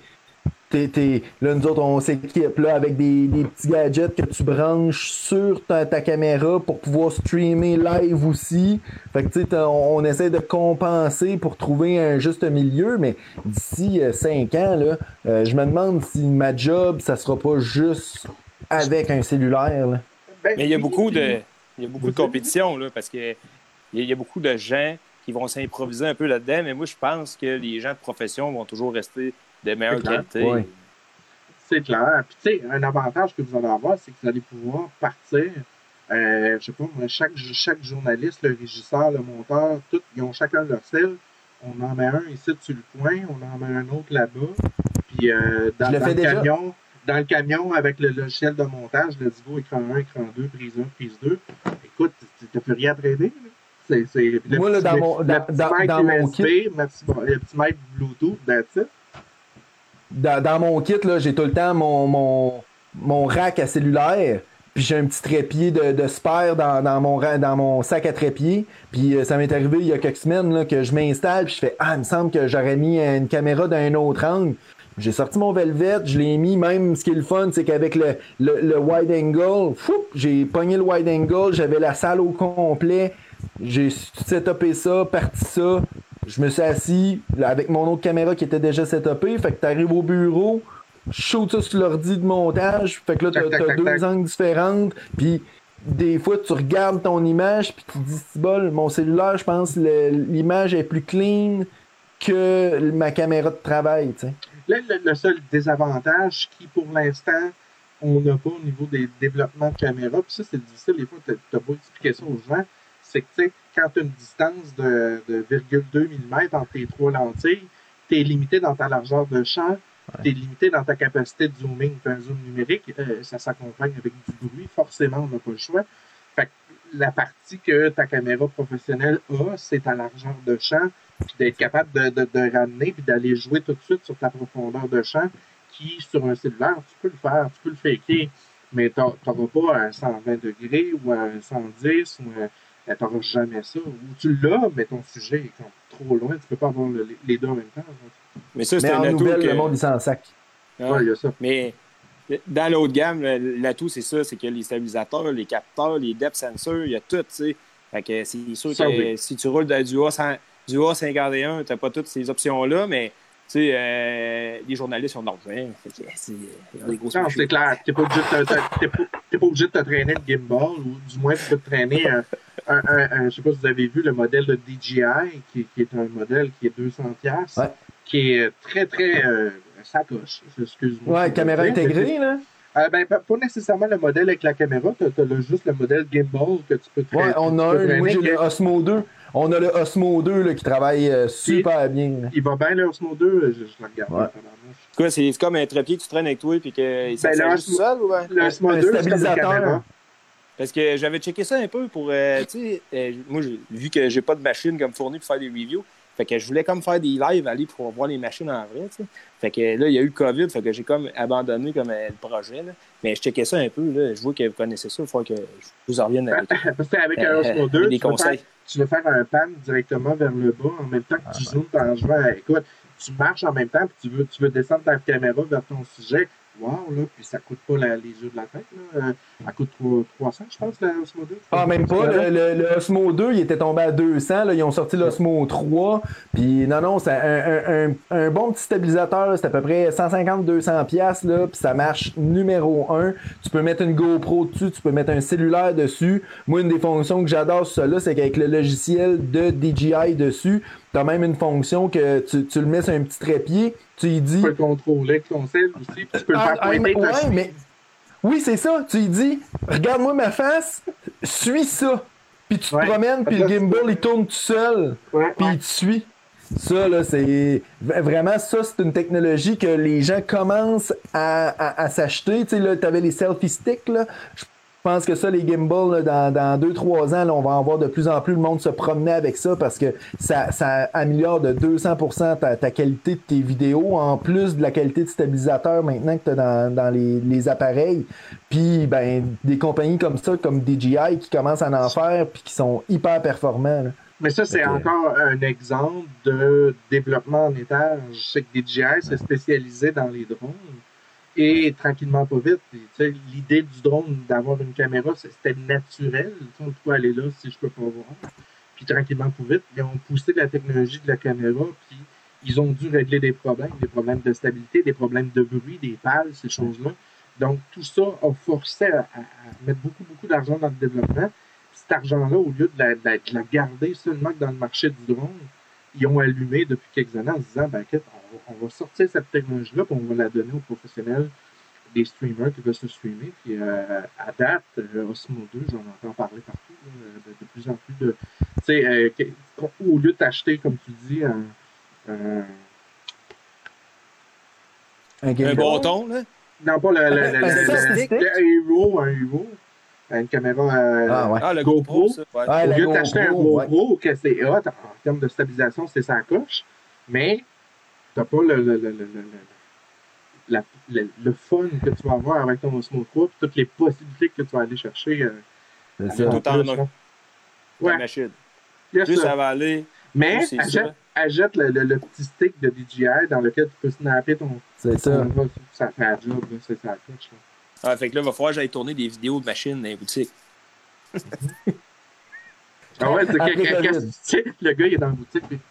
là, nous autres, on s'équipe là, avec des petits gadgets que tu branches sur ta caméra pour pouvoir streamer live aussi. Fait que, tu sais, on essaie de compenser pour trouver un juste milieu, mais d'ici 5 ans, là, je me demande si ma job, ça sera pas juste avec un cellulaire. Là. Mais il y a beaucoup de compétition, là, parce que il y a beaucoup de gens qui vont s'improviser un peu là-dedans, mais moi, je pense que les gens de profession vont toujours rester de meilleure qualité. Ouais. C'est clair. Puis, tu sais, un avantage que vous allez avoir, c'est que vous allez pouvoir partir. Je sais pas, chaque journaliste, le régisseur, le monteur, tous, ils ont chacun leur sel. On en met un ici sur le coin, on en met un autre là-bas. Puis, dans le camion, avec le logiciel de montage, let's go, écran 1, écran 2, prise 1, prise 2. Écoute, tu n'as plus rien à trader. Moi, là, dans mon kit, le petit mic Bluetooth, that's it. Dans mon kit, là, j'ai tout le temps mon rack à cellulaire. Puis j'ai un petit trépied de spare dans mon sac à trépied. Puis ça m'est arrivé il y a quelques semaines là, que je m'installe. Puis je fais il me semble que j'aurais mis une caméra d'un autre angle. J'ai sorti mon Velvet, je l'ai mis. Même ce qui est le fun, c'est qu'avec le wide angle, j'ai pogné le wide angle. J'avais la salle au complet. J'ai setupé ça, parti ça. Je me suis assis là, avec mon autre caméra qui était déjà setupée. Fait que t'arrives au bureau, je shoot ça sur l'ordi de montage. Fait que là, t'as deux angles différents. Puis des fois, tu regardes ton image, puis tu te dis, c'est bon, mon cellulaire, je pense, l'image est plus clean que ma caméra de travail. T'sais. Là, le seul désavantage qui, pour l'instant, on n'a pas au niveau des développements de caméra, puis ça, c'est difficile, des fois, t'as pas expliqué ça aux gens, c'est que, tu sais, quand tu as une distance de 0,2 mm entre tes trois lentilles, tu es limité dans ta largeur de champ, tu es limité dans ta capacité de zooming. Tu as un zoom numérique, ça s'accompagne avec du bruit, forcément, on n'a pas le choix. Fait que la partie que ta caméra professionnelle a, c'est ta largeur de champ, puis d'être capable de ramener, puis d'aller jouer tout de suite sur ta profondeur de champ, qui, sur un cellulaire, tu peux le faire, tu peux le faker, mais tu n'auras pas un 120 degrés ou un 110 ou tu n'auras jamais ça. Ou tu l'as, mais ton sujet est trop loin, tu ne peux pas avoir les deux en même temps. Mais ça, c'est un atout. Le monde, il s'en sac. Ouais, il y a ça. Mais dans l'autre gamme, l'atout, c'est ça, c'est qu'il y a les stabilisateurs, les capteurs, les depth sensors, il y a tout, tu sais. Fait que c'est sûr que si tu roules du du A51, t'as pas toutes ces options-là, mais tu sais, les journalistes ont de l'argent. Il y a des grosses Non, machines. c'est clair. T'es pas obligé de te traîner le gimbal, ou du moins tu peux te traîner je sais pas si vous avez vu le modèle de DJI, qui est un modèle qui est 200$, Ouais. qui est très, très sacoche, excuse-moi. Ouais, caméra intégrée, là. Ben, pas nécessairement le modèle avec la caméra, t'as juste le modèle gimbal que tu peux traîner. Ouais, on a un. Moi, j'ai le Osmo 2. On a le Osmo 2 là, qui travaille super bien. Là. Il va bien, le Osmo 2, je le regarde. Ouais. Quoi, c'est comme un trépied que tu traînes avec toi et que ça Ben, juste seul ou bien? Le Osmo 2, c'est comme une caméra. Parce que j'avais checké ça un peu pour, tu sais, moi, vu que j'ai pas de machine comme fournie pour faire des reviews, fait que je voulais comme faire des lives, aller pour voir les machines en vrai, tu sais. Fait que là, il y a eu le COVID, fait que j'ai comme abandonné comme le projet, là. Mais je checkais ça un peu, là. Je vois que vous connaissez ça, il faut que je vous en revienne avec Parce qu'avec un Osmo 2, des conseils. Tu veux faire un pan directement vers le bas en même temps que tu zoomes en jouant. Écoute, tu marches en même temps et tu veux descendre ta caméra vers ton sujet. Wow, là, puis ça coûte pas les yeux de la tête. Là. Ça coûte 300, je pense, la Osmo 2. Ah, même pas. Le Osmo 2, il était tombé à 200. Là, ils ont sorti l'Osmo 3. Puis non, c'est un bon petit stabilisateur. C'est à peu près 150-200$. Là, puis ça marche numéro 1. Tu peux mettre une GoPro dessus. Tu peux mettre un cellulaire dessus. Moi, une des fonctions que j'adore sur ça, là, c'est qu'avec le logiciel de DJI dessus, tu as même une fonction que tu le mets sur un petit trépied. Tu lui dis. Tu peux le contrôler avec ton cell aussi. Puis tu peux le faire pointer. Mais... Oui, c'est ça. Tu lui dis, regarde-moi ma face, suis ça. Puis tu te promènes, puis le gimbal, il tourne tout seul. Puis il te suit. Ça, là, c'est... Vraiment, ça, c'est une technologie que les gens commencent à s'acheter. Tu sais, là, t'avais les selfie sticks, là. Je pense que ça, les gimbals, là, dans 2-3 ans, là, on va en voir de plus en plus le monde se promener avec ça parce que ça améliore de 200% ta qualité de tes vidéos, en plus de la qualité de stabilisateur maintenant que tu as dans les appareils. Puis, ben, des compagnies comme ça, comme DJI, qui commencent à en faire puis qui sont hyper performants. Là. Mais ça, c'est encore un exemple de développement en étage. Je sais que DJI s'est spécialisé dans les drones. Et tranquillement, pas vite. L'idée du drone, d'avoir une caméra, c'était naturel. On peut aller là si je peux pas voir. Puis tranquillement, pas vite, ils ont poussé la technologie de la caméra, puis ils ont dû régler des problèmes de stabilité, des problèmes de bruit, des pales, ces choses-là. Donc, tout ça a forcé à mettre beaucoup, beaucoup d'argent dans le développement. Puis cet argent-là, au lieu de la garder seulement dans le marché du drone, ils ont allumé depuis quelques années en se disant, ben, on va sortir cette technologie-là, puis on va la donner aux professionnels, des streamers qui veulent se streamer. Puis à date, Osmo 2, j'en entends parler partout, là, de plus en plus de. Tu sais, au lieu de t'acheter, comme tu dis, un bâton, là? Non, pas un Hero, une caméra le GoPro. Ouais. Au lieu de t'acheter un GoPro, que c'est hot, en termes de stabilisation, c'est sa coche, mais t'as pas le fun que tu vas avoir avec ton Osmo 3 et toutes les possibilités que tu vas aller chercher. C'est ça. Tout en un. Ouais. Machine. Yes, plus ça va aller. Mais achète le petit stick de DJI dans lequel tu peux snapper ton. C'est ça. Ça fait la job, c'est ça coche. Ah, fait que là, il va falloir que j'aille tourner des vidéos de machines dans les boutiques. Ah ouais, c'est le gars, il est dans la boutique. Puis...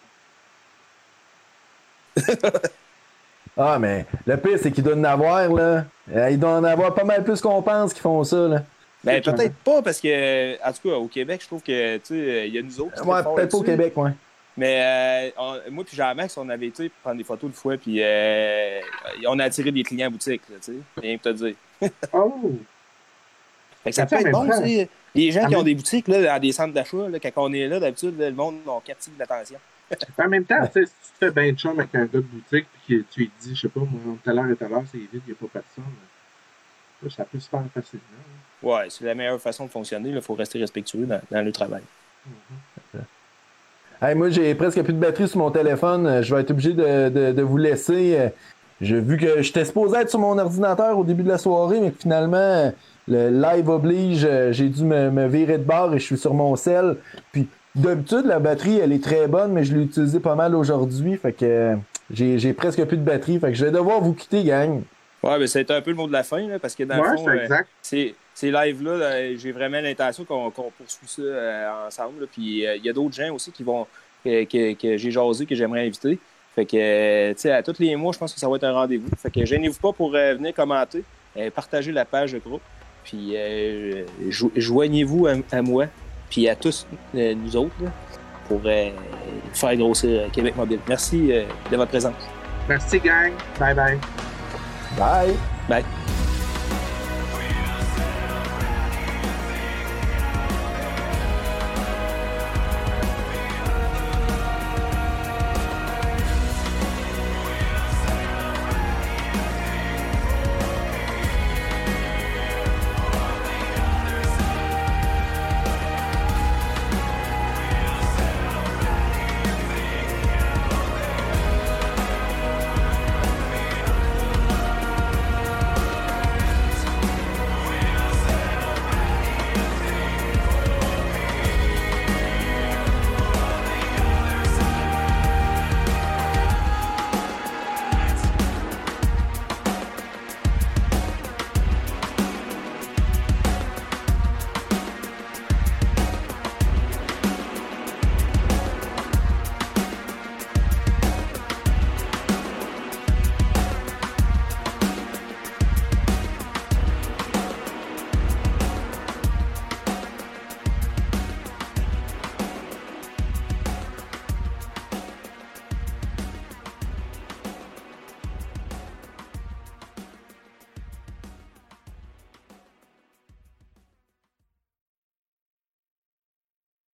Ah, mais le pire, c'est qu'il doit en avoir, là. Il doit en avoir pas mal plus qu'on pense qui font ça, là. Ben, peut-être pas, parce que, en tout cas, au Québec, je trouve que, tu sais, il y a nous autres. Ouais, peut-être pas au Québec, ouais. Mais moi puis Jean-Max, on avait été prendre des photos une fois, puis on a attiré des clients en boutique, tu sais. Rien que te dire. Oh! Fait que ça peut être bon, tu sais. Les gens qui ont des boutiques, là, dans des centres d'achat, là, quand on est là, d'habitude, le monde a captive l'attention. En même temps, si tu te fais ben de chum avec un gars de boutique, puis que tu lui dis, je sais pas, moi, tout à l'heure et tout à l'heure, c'est vide, il n'y a pas personne. Ça peut se faire facilement. Ouais, c'est la meilleure façon de fonctionner. Il faut rester respectueux dans le travail. Hey, moi, j'ai presque plus de batterie sur mon téléphone. Je vais être obligé de vous laisser. J'ai vu que j'étais supposé être sur mon ordinateur au début de la soirée, mais que finalement, le live oblige, j'ai dû me virer de bord et je suis sur mon cell. Puis, d'habitude, la batterie, elle est très bonne, mais je l'ai utilisée pas mal aujourd'hui. Fait que j'ai presque plus de batterie. Fait que je vais devoir vous quitter, gang. Ouais, mais c'est un peu le mot de la fin, là, parce que dans le fond, ces lives-là, j'ai vraiment l'intention qu'on poursuive ça ensemble. Là, puis il y a d'autres gens aussi qui vont que j'ai jasé, que j'aimerais inviter. Fait que, tu sais, à tous les mois, je pense que ça va être un rendez-vous. Fait que gênez-vous pas pour venir commenter, partager la page de groupe, puis joignez-vous à moi, puis à tous nous autres, là, pour faire grossir Québec Mobile. Merci de votre présence. Merci, gang. Bye bye. Bye! Bye.